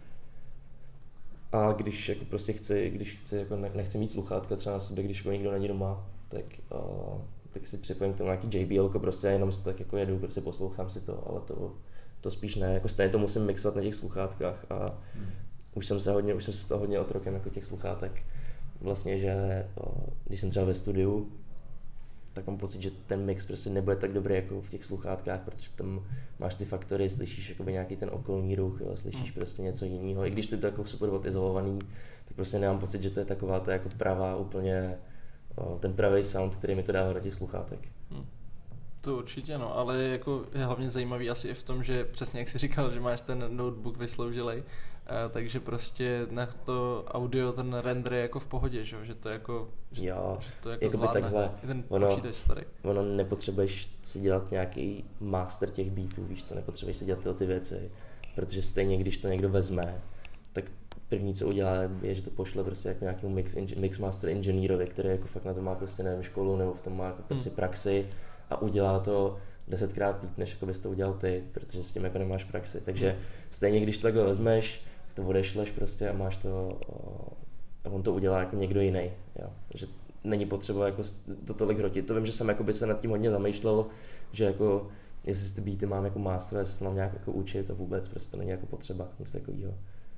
A když jako prostě chci jako nechci mít sluchátka třeba na sobě, když nikdo není doma, tak si připojím k tomu nějaký JBL, prostě jenom si tak jako jedu, prostě poslouchám si to, ale to spíš ne, jako stejně to musím mixovat na těch sluchátkách a už jsem se stal hodně otrokem jako těch sluchátek. Vlastně, že když jsem třeba ve studiu, tak mám pocit, že ten mix prostě nebude tak dobrý jako v těch sluchátkách, protože tam máš ty faktory, slyšíš jakoby nějaký ten okolní ruch, jo, slyšíš prostě něco jiného. I když to je jako super odizolovaný, tak prostě nemám pocit, že to je taková ta jako pravá úplně, ten pravý sound, který mi to dává do těch sluchátek. To určitě no, ale jako je hlavně zajímavý asi i v tom, že přesně jak jsi říkal, že máš ten notebook vysloužilej, takže prostě na to audio ten render je jako v pohodě, že to jako, že to jako zvládne. Takhle, ten počítač starý. Ono nepotřebuješ si dělat nějaký master těch beatů, víš co, nepotřebuješ si dělat ty věci, protože stejně když to někdo vezme, tak první co udělá je, že to pošle prostě jako nějakému mix master engineerovi, který jako fakt na to má prostě nevím školu nebo v tom má jako prostě praxi a udělá to 10krát líp, než jako bys to udělal ty, protože s tím jako nemáš praxi. Takže stejně když to takhle vezmeš, to odešleš prostě a máš to a on to udělá jako někdo jiný. Jo. Takže není potřeba jako to tolik hrotit. To vím, že jsem jako by se nad tím hodně zamýšlel, že jako jestli si ty beaty mám jako master, jestli se mám nějak jako učit a vůbec prostě to není jako potřeba, nic takového.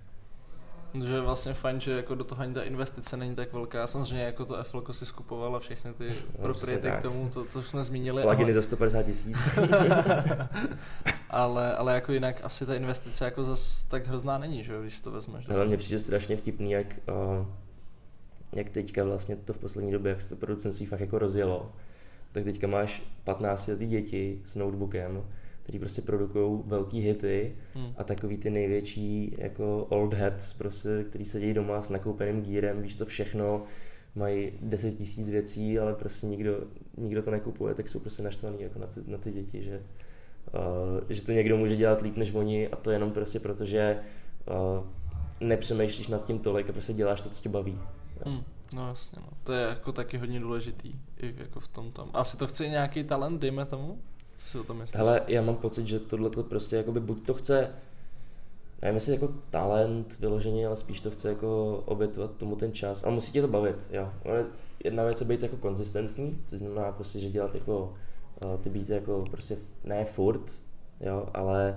Že je vlastně fajn, že jako do toho ani ta investice není tak velká. Samozřejmě jako to FLko si skupoval a všechny ty propriety k tomu, to jsme zmínili. Pluginy za 150 000. ale jako jinak asi ta investice jako zas tak hrozná není, že když to vezmeš. Ale mně přijde strašně vtipný, jak teďka vlastně to v poslední době, jak se to producentství fakt jako rozjelo, tak teďka máš 15letý děti s notebookem, který prostě produkují velký hity a takový ty největší jako old heads, prostě, který sedí doma s nakoupeným gírem, víš co všechno, mají 10 000 věcí, ale prostě nikdo to nekupuje, tak jsou prostě naštvaný jako na ty děti, že to někdo může dělat líp než oni a to jenom prostě proto, že nepřemýšlíš nad tím tolik a prostě děláš to, co tě baví. No jasně, no. To je jako taky hodně důležitý i jako v tom tam. Asi to chce nějaký talent, dejme tomu? Co si o tom myslíš? Hele, já mám pocit, že tohle to prostě jakoby buď to chce, nevím jestli jako talent vyloženě, ale spíš to chce jako obětovat tomu ten čas, ale musí tě to bavit, jo. Ale jedna věc je být jako konzistentní, což znamená prostě, že dělat jako ty beaty jako prostě ne furt, jo, ale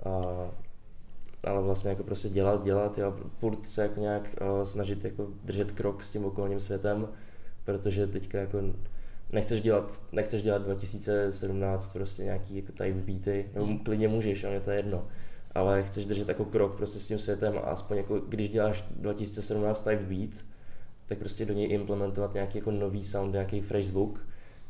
vlastně jako prostě dělat, jo, furt se jako nějak snažit jako držet krok s tím okolním světem, protože teďka jako nechceš dělat 2017 prostě nějaký jako type beaty, nebo klidně můžeš, ale to je jedno, ale chceš držet jako krok prostě s tím světem a aspoň jako když děláš 2017 type beat, tak prostě do něj implementovat nějaký jako nový sound, nějaký fresh zvuk.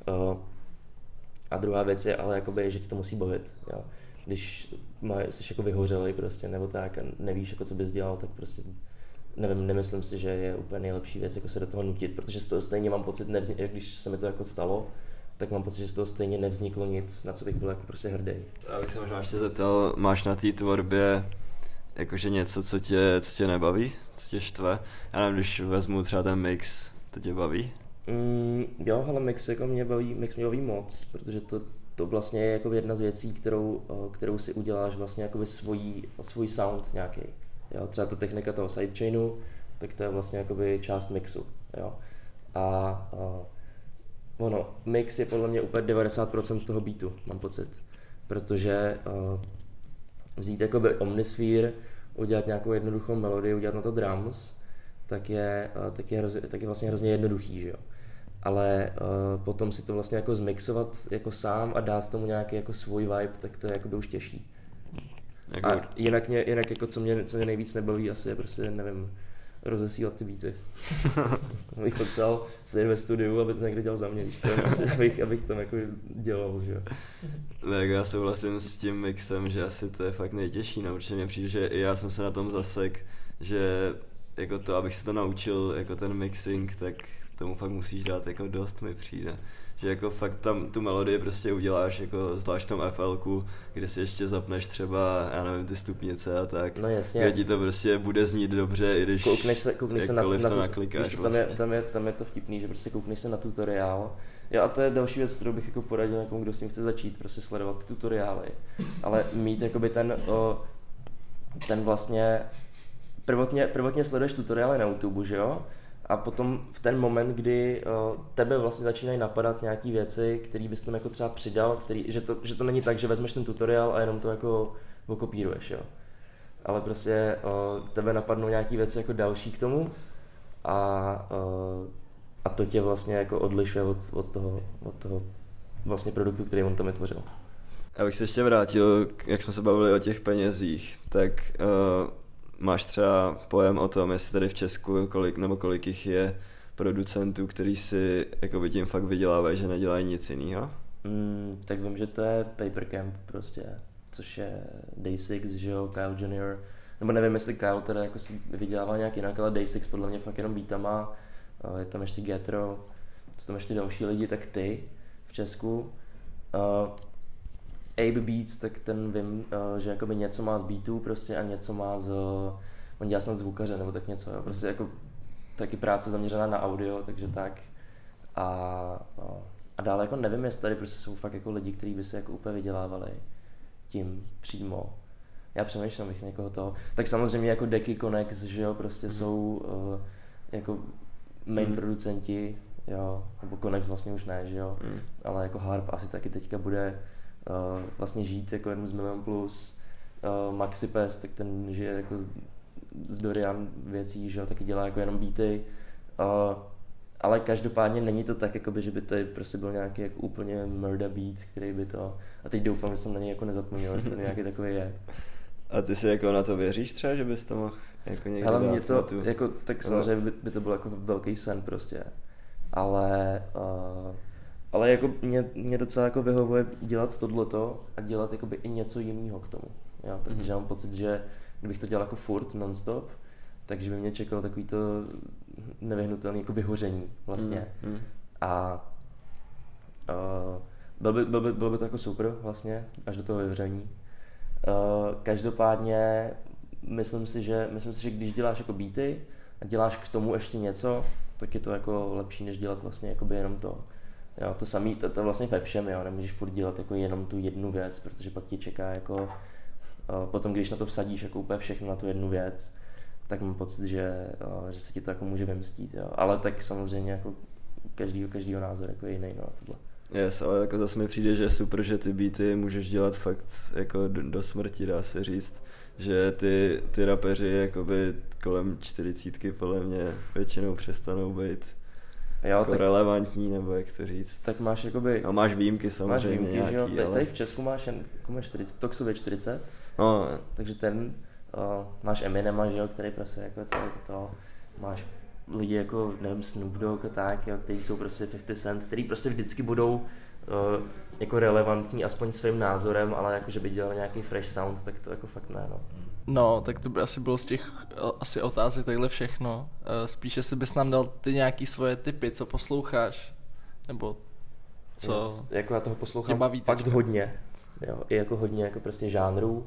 A druhá věc je ale jakoby, že ti to musí bavit, jo. Když jsi jako vyhořelej prostě nebo tak a nevíš jako co bys dělal, tak prostě nevím, nemyslím si, že je úplně nejlepší věc jako se do toho nutit, protože z toho stejně mám pocit, když se mi to jako stalo, tak mám pocit, že z toho stejně nevzniklo nic, na co bych byl jako prostě hrdý. Já bych se možná ještě zeptal, máš na té tvorbě jakože něco, co tě nebaví, co tě štve? Já nevím, když vezmu třeba ten mix, to tě baví? Jo, ale mix jako mě baví moc, protože to vlastně je jako jedna z věcí, kterou si uděláš vlastně jako svůj sound nějaký. Jo, třeba ta technika toho sidechainu, tak to je vlastně jakoby část mixu, jo. A mix je podle mě úplně 90% toho beatu, mám pocit. Protože vzít jakoby Omnisphere, udělat nějakou jednoduchou melodii, udělat na to drums, tak je vlastně hrozně jednoduchý, že jo. Ale potom si to vlastně jako zmixovat jako sám a dát tomu nějaký jako svůj vibe, tak to je jakoby už těžší. A jinak jako co mě nejvíc nebaví asi je prostě, nevím, rozesílat ty beaty. Abych potřeboval sedět ve studiu, aby to někdo dělal za mě, víš co, prostě, abych tam jako dělal, že jo. Tak já souhlasím s tím mixem, že asi to je fakt nejtěžší, no, určitě mě přijde, že i já jsem se na tom zasek, že jako to, abych se to naučil, jako ten mixing, tak tomu fakt musíš dát jako dost, mi přijde. Že jako fakt tam tu melodii prostě uděláš jako zvlášť v tom FLku, kde si ještě zapneš třeba, já nevím, ty stupnice a tak. No jasně. Kde ti to prostě bude znít dobře, i když koukneš se na to naklikáš vlastně. Tam je to vtipný, že prostě koukneš se na tutoriál. Jo, a to je další věc, kterou bych jako poradil někomu, kdo s tím chce začít, prostě sledovat ty tutoriály. Ale mít jakoby ten vlastně, prvotně sleduješ tutoriály na YouTube, že jo? A potom v ten moment, kdy tebe vlastně začínají napadat nějaký věci, které bys tam jako třeba přidal, že to není tak, že vezmeš ten tutoriál a jenom to jako okopíruješ, jo. Ale prostě tebe napadnou nějaký věci jako další k tomu a to tě vlastně jako odlišuje od toho vlastně produktu, který on tam vytvořil. Já bych se ještě vrátil, jak jsme se bavili o těch penězích, tak máš třeba pojem o tom, jestli tady v Česku kolik jich je producentů, který si jakoby tím fakt vydělávají, že nedělají nic jiného? Tak vím, že to je Paper Camp prostě, což je Day6, že jo, Kyle Jr. Nebo nevím, jestli Kyle teda jako si vydělává nějak jinak, ale Day6 podle mě fakt jenom beatama, je tam ještě Getro, jsou tam ještě další lidi, tak ty v Česku. Abe Beats, tak ten vím, že jakoby něco má z beatů prostě a něco má z, on dělá snad zvukaře nebo tak něco, jo, prostě jako taky práce zaměřená na audio, takže tak. A dále jako nevím, jestli tady prostě jsou fakt jako lidi, kteří by se jako úplně vydělávali tím přímo. Já přemýšlím, bych někoho toho. Tak samozřejmě jako Deky Connex, že jo, prostě jsou jako main producenti, jo, nebo Connex vlastně už ne, že jo, ale jako Harp asi taky teďka bude vlastně žít jako jenom z Milion Plus. Maxipes, tak ten žije jako z Dorian věcí, že jo, taky dělá jako jenom beaty. Ale každopádně není to tak, jakoby, že by to prostě byl nějaký jako úplně murder beats, který by to... A teď doufám, že jsem na něj jako nezapomněl, jestli to nějaký takový je. A ty si jako na to věříš třeba, že bys to mohl jako někdy dát mě to, jako, tak samozřejmě by to byl jako velký sen prostě. Ale jako mě docela jako vyhovuje dělat tohleto a dělat jakoby i něco jiného k tomu. Jo? Protože mám pocit, že kdybych to dělal jako furt, non-stop, takže by mě čekalo takový to nevyhnutelné jako vyhoření vlastně. A bylo by to jako super vlastně, až do toho vyhoření. Každopádně myslím si, že když děláš jako beaty a děláš k tomu ještě něco, tak je to jako lepší, než dělat vlastně jakoby jenom to. Jo, to samý, to vlastně ve všem, jo, nemůžeš furt dělat jako jenom tu jednu věc, protože pak ti čeká jako potom, když na to vsadíš jako úplně všechno na tu jednu věc, tak mám pocit, že se ti to jako může vymstít, jo. Ale tak samozřejmě jako každýho názor jako je jiný na tohle. Yes, ale jako zase mi přijde, že je super, že ty beaty můžeš dělat fakt jako do smrti, dá se říct, že ty rapeři jakoby kolem 40 podle mě většinou přestanou být jako tak, relevantní, nebo jak to říct. Tak máš jakoby... A máš výjimky samozřejmě máš výjimky, nějaký, ale... Tady v Česku máš jen 40, Toxově 40, no, takže ten, máš Eminema, že jo, který prostě jako to máš lidi jako, nevím, Snoop Dogg a tak, jo, kteří jsou prostě 50 Cent, který prostě vždycky budou jako relevantní aspoň svým názorem, ale jako, že by dělal nějaký fresh sound, tak to jako fakt ne, no. No, tak to by asi bylo z těch asi otázek takhle všechno. Spíš, jestli bys nám dal ty nějaký svoje tipy, co posloucháš, nebo co yes, jako já toho poslouchám baví fakt teďka. hodně, jo, i jako hodně jako prostě žánrů.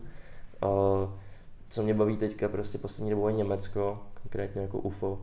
Co mě baví teďka prostě poslední dobou je Německo, konkrétně jako UFO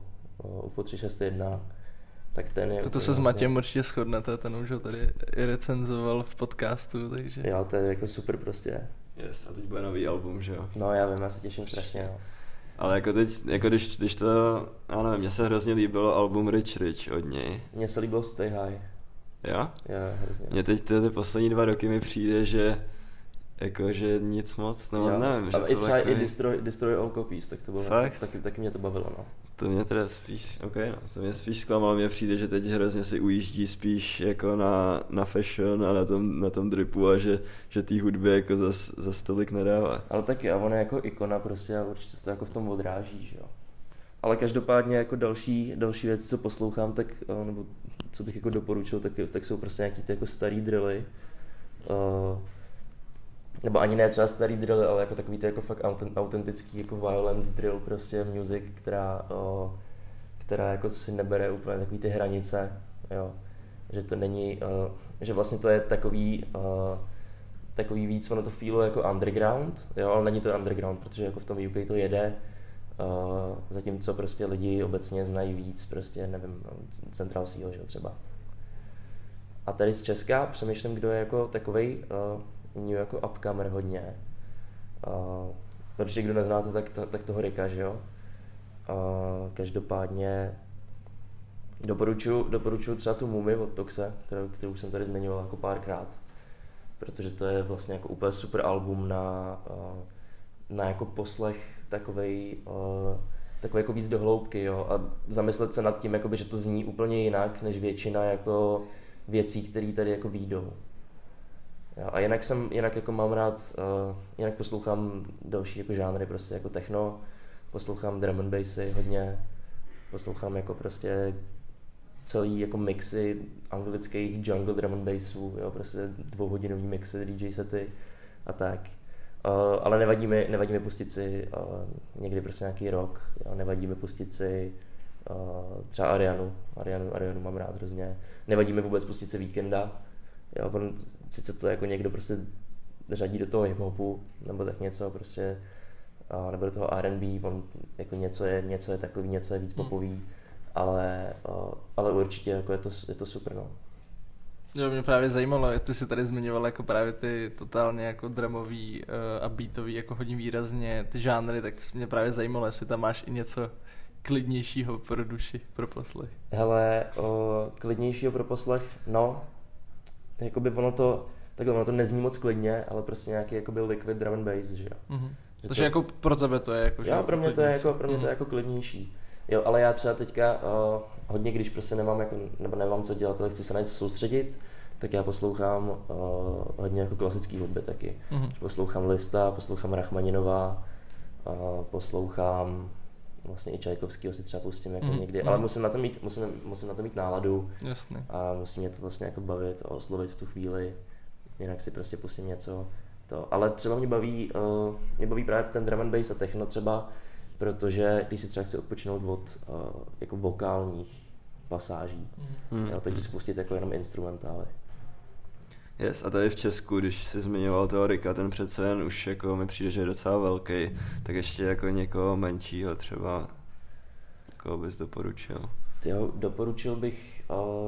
361. Tak ten je to se s Matějem určitě shodnete, ten už ho tady i recenzoval v podcastu, takže... Jo, to je jako super prostě. Yes, a teď bude nový album, že jo? No já vím, já se těším strašně, no. Ale jako teď, jako když to, já nevím, mně se hrozně líbilo album Rich od něj. Mně se líbilo Stay High. Jo? Jo, hrozně. Mně teď ty poslední 2 roky mi přijde, že jakože nic moc, no nevím, že ale to i třeba takový... i Destroy All Copies, tak to bylo taky mě to bavilo, no. To mě teda spíš, to mě spíš zklamalo, mně přijde, že teď hrozně si ujíždí spíš jako na fashion a na tom dripu a že té hudby jako zas tolik nedává. Ale taky, a on je jako ikona prostě a určitě se to jako v tom odráží, že jo. Ale každopádně jako další věci, co poslouchám, tak, nebo co bych jako doporučil, tak jsou prostě nějaký ty jako starý drilly. Nebo ani ne třeba starý drilly, ale jako takový ty jako fakt autentický jako violent drill prostě music, která jako si nebere úplně takový ty hranice, jo. Že to není, že vlastně to je takový víc, ono to feeluje jako underground, jo, ale není to underground, protože jako v tom UK to jede, zatímco prostě lidi obecně znají víc, prostě nevím, Central Seal, že jo, třeba. A tady z Česka přemýšlím, kdo je jako takovej new jako upcomer hodně. Protože kdo neznáte, tak toho Rika, že jo. Každopádně doporučuji třeba tu Mumii od Toxe, kterou jsem tady zmiňoval jako párkrát. Protože to je vlastně jako úplně super album na jako poslech takovej jako víc do hloubky, jo. A zamyslet se nad tím, jakoby, že to zní úplně jinak, než většina jako věcí, které tady jako výjdou. A jinak jako mám rád, jinak poslouchám další jako žánry, prostě jako techno, poslouchám drum and bassy hodně, poslouchám jako prostě celý jako mixy anglických jungle drum and bassů, jo, prostě 2hodinový mixy, DJ sety a tak. Ale nevadí mi pustit si někdy prostě nějaký rock, jo, nevadí mi pustit si třeba Arianu mám rád hrozně, nevadí mi vůbec pustit si Weekenda, jo, on sice to jako někdo prostě řadí do toho hip-hopu, nebo tak něco prostě, nebo do toho R&B, on jako něco je takový, něco je víc popový, ale určitě jako je to super, no. Jo, mě právě zajímalo, ty jsi tady zmiňoval jako právě ty totálně jako drumový a beatový jako hodně výrazně ty žánry, tak mě právě zajímalo, jestli tam máš i něco klidnějšího pro duši, pro poslech. Hele, klidnějšího pro poslech, no, jakoby ono to nezní moc klidně, ale prostě nějaký jakoby liquid drum and bass, že jo. Mm-hmm. Takže jako pro tebe to je jako, že jo, pro mě to je jako klidnější. Jo, ale já třeba teďka hodně, když prostě nemám co dělat, ale chci se na něco soustředit, tak já poslouchám hodně jako klasický hudby taky. Mm-hmm. Poslouchám Lista, poslouchám Rachmaninova, poslouchám vlastně i Čajkovskýho si třeba pustím jako někdy, ale musím na to mít náladu. Jasně. A musí mě to vlastně jako bavit a oslovit v tu chvíli, jinak si prostě pustím něco. Ale třeba mě baví právě ten drum and bass a techno třeba, protože když si třeba chci odpočinout od jako vokálních pasáží, jo, takže si pustit jako jenom instrumentály. Yes, a tady v Česku, když jsi zmiňoval toho Rika, ten přece jen už jako mi přijde, že je docela velký, tak ještě jako někoho menšího třeba, koho bys doporučil? Jo, doporučil bych,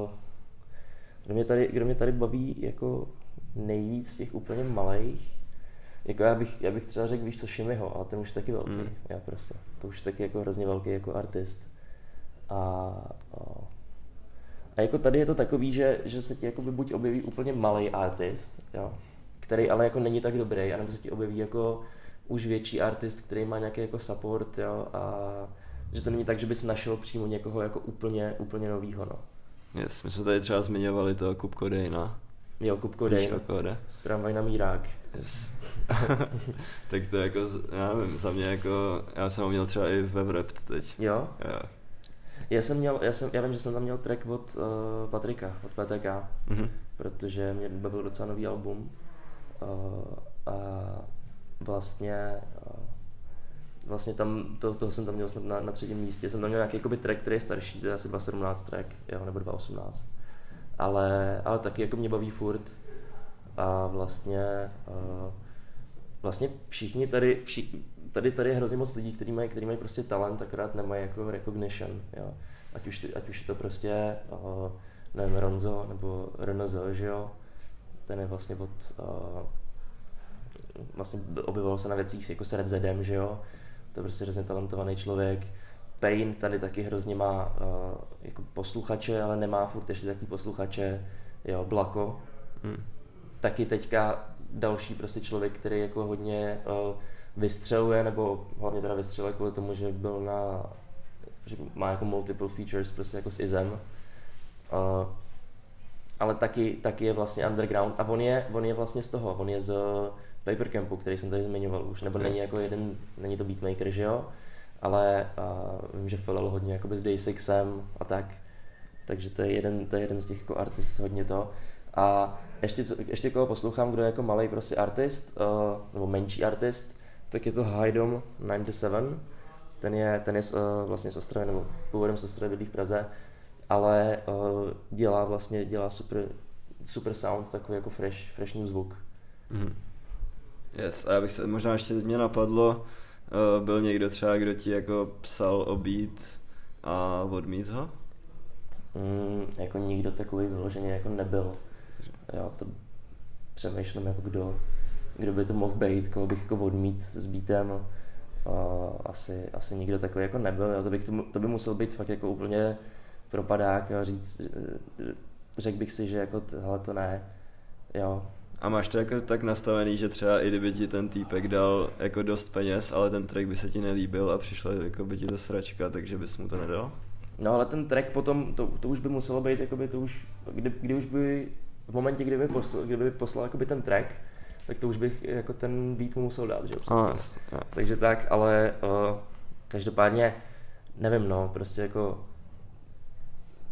kdo mě tady baví jako nejvíc z těch úplně malejch, jako já bych třeba řekl, víš co, Shimiho, ale ten už taky velký, já prostě, to už taky jako hrozně velký jako artist. A jako tady je to takový, že se ti jako buď objeví úplně malý artist, jo, který ale jako není tak dobrý, anebo se ti objeví jako už větší artist, který má nějaký jako support, jo, a že to není tak, že bys našel přímo někoho jako úplně novýho, no. Yes, my jsme tady třeba zmiňovali toho Kupko Dejna. Jo, Kupko Dejna, Tramvaj na Mírák. Yes. Tak to jako, já nevím, za mě jako, já jsem ho měl třeba i ve Wrapped teď. Jo? Jo. Já vím, že jsem tam měl track od Patrika, od PTK, protože mě bavil docela nový album a vlastně tam, toho jsem tam měl snad na 3. místě, jsem tam měl nějaký jakoby track, který je starší, to je asi 2017 track, jo, nebo 2018, ale taky jako mě baví furt a vlastně všichni tady je hrozně moc lidí, kteří mají prostě talent, akorát nemají jako recognition, jo. Ať už je to prostě, nevím, Ronzo nebo Renzo, že jo, ten je vlastně vlastně objevoval se na věcích jako s Red Zedem, že jo, to je prostě hrozně talentovaný člověk. Pain tady taky hrozně má jako posluchače, ale nemá furt ještě taky posluchače, jo, Blako. Taky teďka další prostě člověk, který jako hodně vystřeluje, nebo hlavně teda vystřeluje kvůli tomu, že že má jako multiple features prostě jako s Izem. Ale taky je vlastně underground a on je vlastně z toho, on je z Paper Campu, který jsem tady zmiňoval už, nebo není to beatmaker, že jo, ale vím, že filal hodně jakoby s Day6em a tak, takže to je jeden z těch jako artist hodně to. A ještě koho poslouchám, kdo je jako malej prostě artist, nebo menší artist, tak je to Hydom 97, ten je vlastně z Ostravy, nebo původem z Ostravy, bydlí v Praze, ale dělá super sound, takový jako fresh new zvuk. Yes, a já bych se, možná ještě mě napadlo, byl někdo třeba, kdo ti jako psal o beat a odmít ho? Jako nikdo takový vyloženě jako nebyl. Já to přemýšlím, jako kdo by to mohl být, koho bych jako odmít s beatem. Asi nikdo takový jako nebyl, jo. To by musel být fakt jako úplně propadák a řekl bych si, že jako hele, to ne, jo. A máš to jako tak nastavený, že třeba i kdyby ti ten týpek dal jako dost peněz, ale ten track by se ti nelíbil a přišla jako by ti to sračka, takže bys mu to nedal? No ale ten track potom, to už by muselo být, jakoby to už, kdy už by, v momentě, kdyby poslal jakoby ten track, tak to už bych jako ten beat mu musel dát, že jo? Takže tak, ale každopádně, nevím, no, prostě jako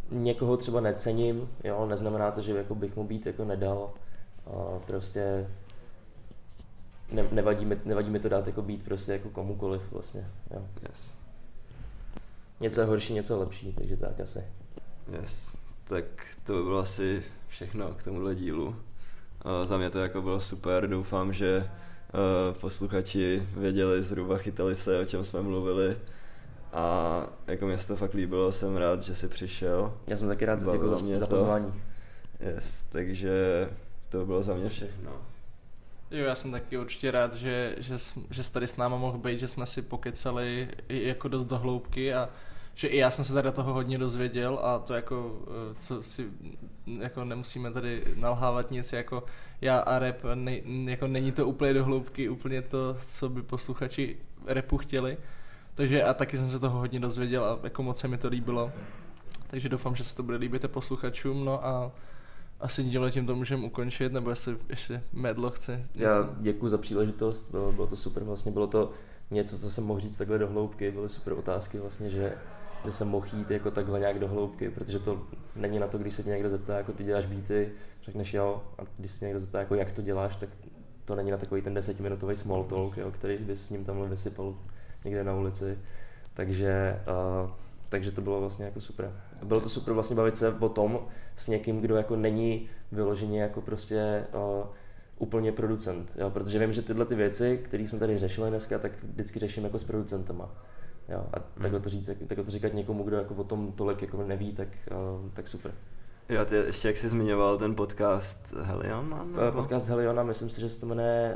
někoho třeba necením, jo, neznamená to, že jako bych mu být jako nedal. Prostě nevadí mi to dát jako být prostě jako komukoliv vlastně, jo. Yes. Něco je horší, něco je lepší, takže tak asi. Yes. Tak to by bylo asi všechno k tomuhle dílu. Za mě to jako bylo super, doufám, že posluchači věděli, zhruba chytali se, o čem jsme mluvili. A jako mě se to fakt líbilo, jsem rád, že jsi přišel. Já jsem taky rád, za pozvání. Yes, takže to bylo za mě všechno. Jo, já jsem taky určitě rád, že jsi tady s náma mohl být, že jsme si pokecali jako dost do hloubky a že i já jsem se tady toho hodně dozvěděl a to jako, co si, jako nemusíme tady nalhávat nic, jako já a rap, jako není to úplně do hloubky, úplně to, co by posluchači rapu chtěli, takže a taky jsem se toho hodně dozvěděl a jako moc se mi to líbilo, takže doufám, že se to bude líbit posluchačům, no a asi dílo tím to můžeme ukončit, nebo jestli ještě Medlo chce něco. Já děkuji za příležitost, bylo to super, vlastně bylo to něco, co jsem mohl říct takhle do hloubky, byly super otázky vlastně, že jsem mohl jít jako takhle nějak do hloubky, protože to není na to, když se tě někdo zeptá, jako ty děláš beaty, řekneš jo, a když se někdo zeptá, jako jak to děláš, tak to není na takový ten 10minutový small talk, jo, který bys s ním tamhle vysypal někde na ulici, takže to bylo vlastně jako super. Bylo to super vlastně bavit se o tom s někým, kdo jako není vyloženě jako prostě úplně producent, jo, protože vím, že tyhle ty věci, které jsme tady řešili dneska, tak vždycky řeším jako s producentama. Jo, a takhle to říkat někomu, kdo jako o tom tolik jako neví, tak super. Jo, ty ještě jak jsi zmiňoval ten podcast Heliona? Podcast Heliona, myslím si, že se to jmenuje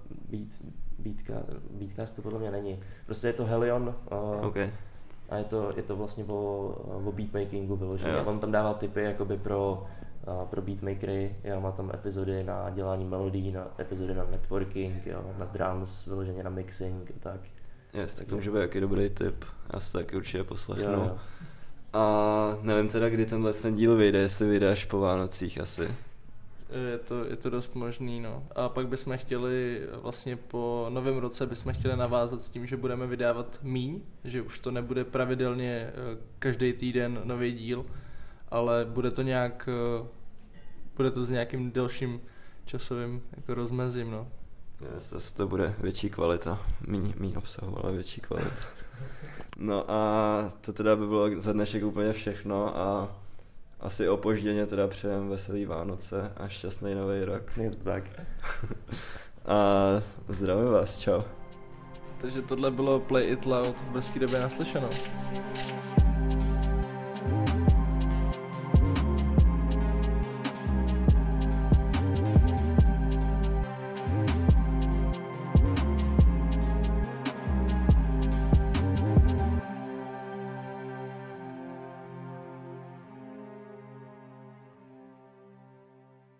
Beatcast to podle mě není. Prostě je to Helion okay. A je to vlastně o beatmakingu vyloženě. On tam dává tipy jakoby pro beatmakery, jo, má tam epizody na dělání melodií, na epizody na networking, jo, na drums, vyloženě na mixing a tak. Yes, tak to může být jaký dobrý tip, já si taky určitě poslechnu. Jo. A nevím teda, kdy ten díl vyjde, jestli vyjde až po Vánocích asi. Je to dost možný, no. A pak bychom chtěli vlastně po novém roce bychom chtěli navázat s tím, že budeme vydávat míň, že už to nebude pravidelně každý týden nový díl, ale bude to s nějakým delším časovým jako rozmezím, no. Zase to bude větší kvalita, míň obsahu, ale větší kvalita. No a to teda by bylo za dnešek úplně všechno a asi opožděně teda přejem veselý Vánoce a šťastný nový rok. Je to tak. A zdravím vás, čau. Takže tohle bylo Play It Loud, v brzké době naslyšenou.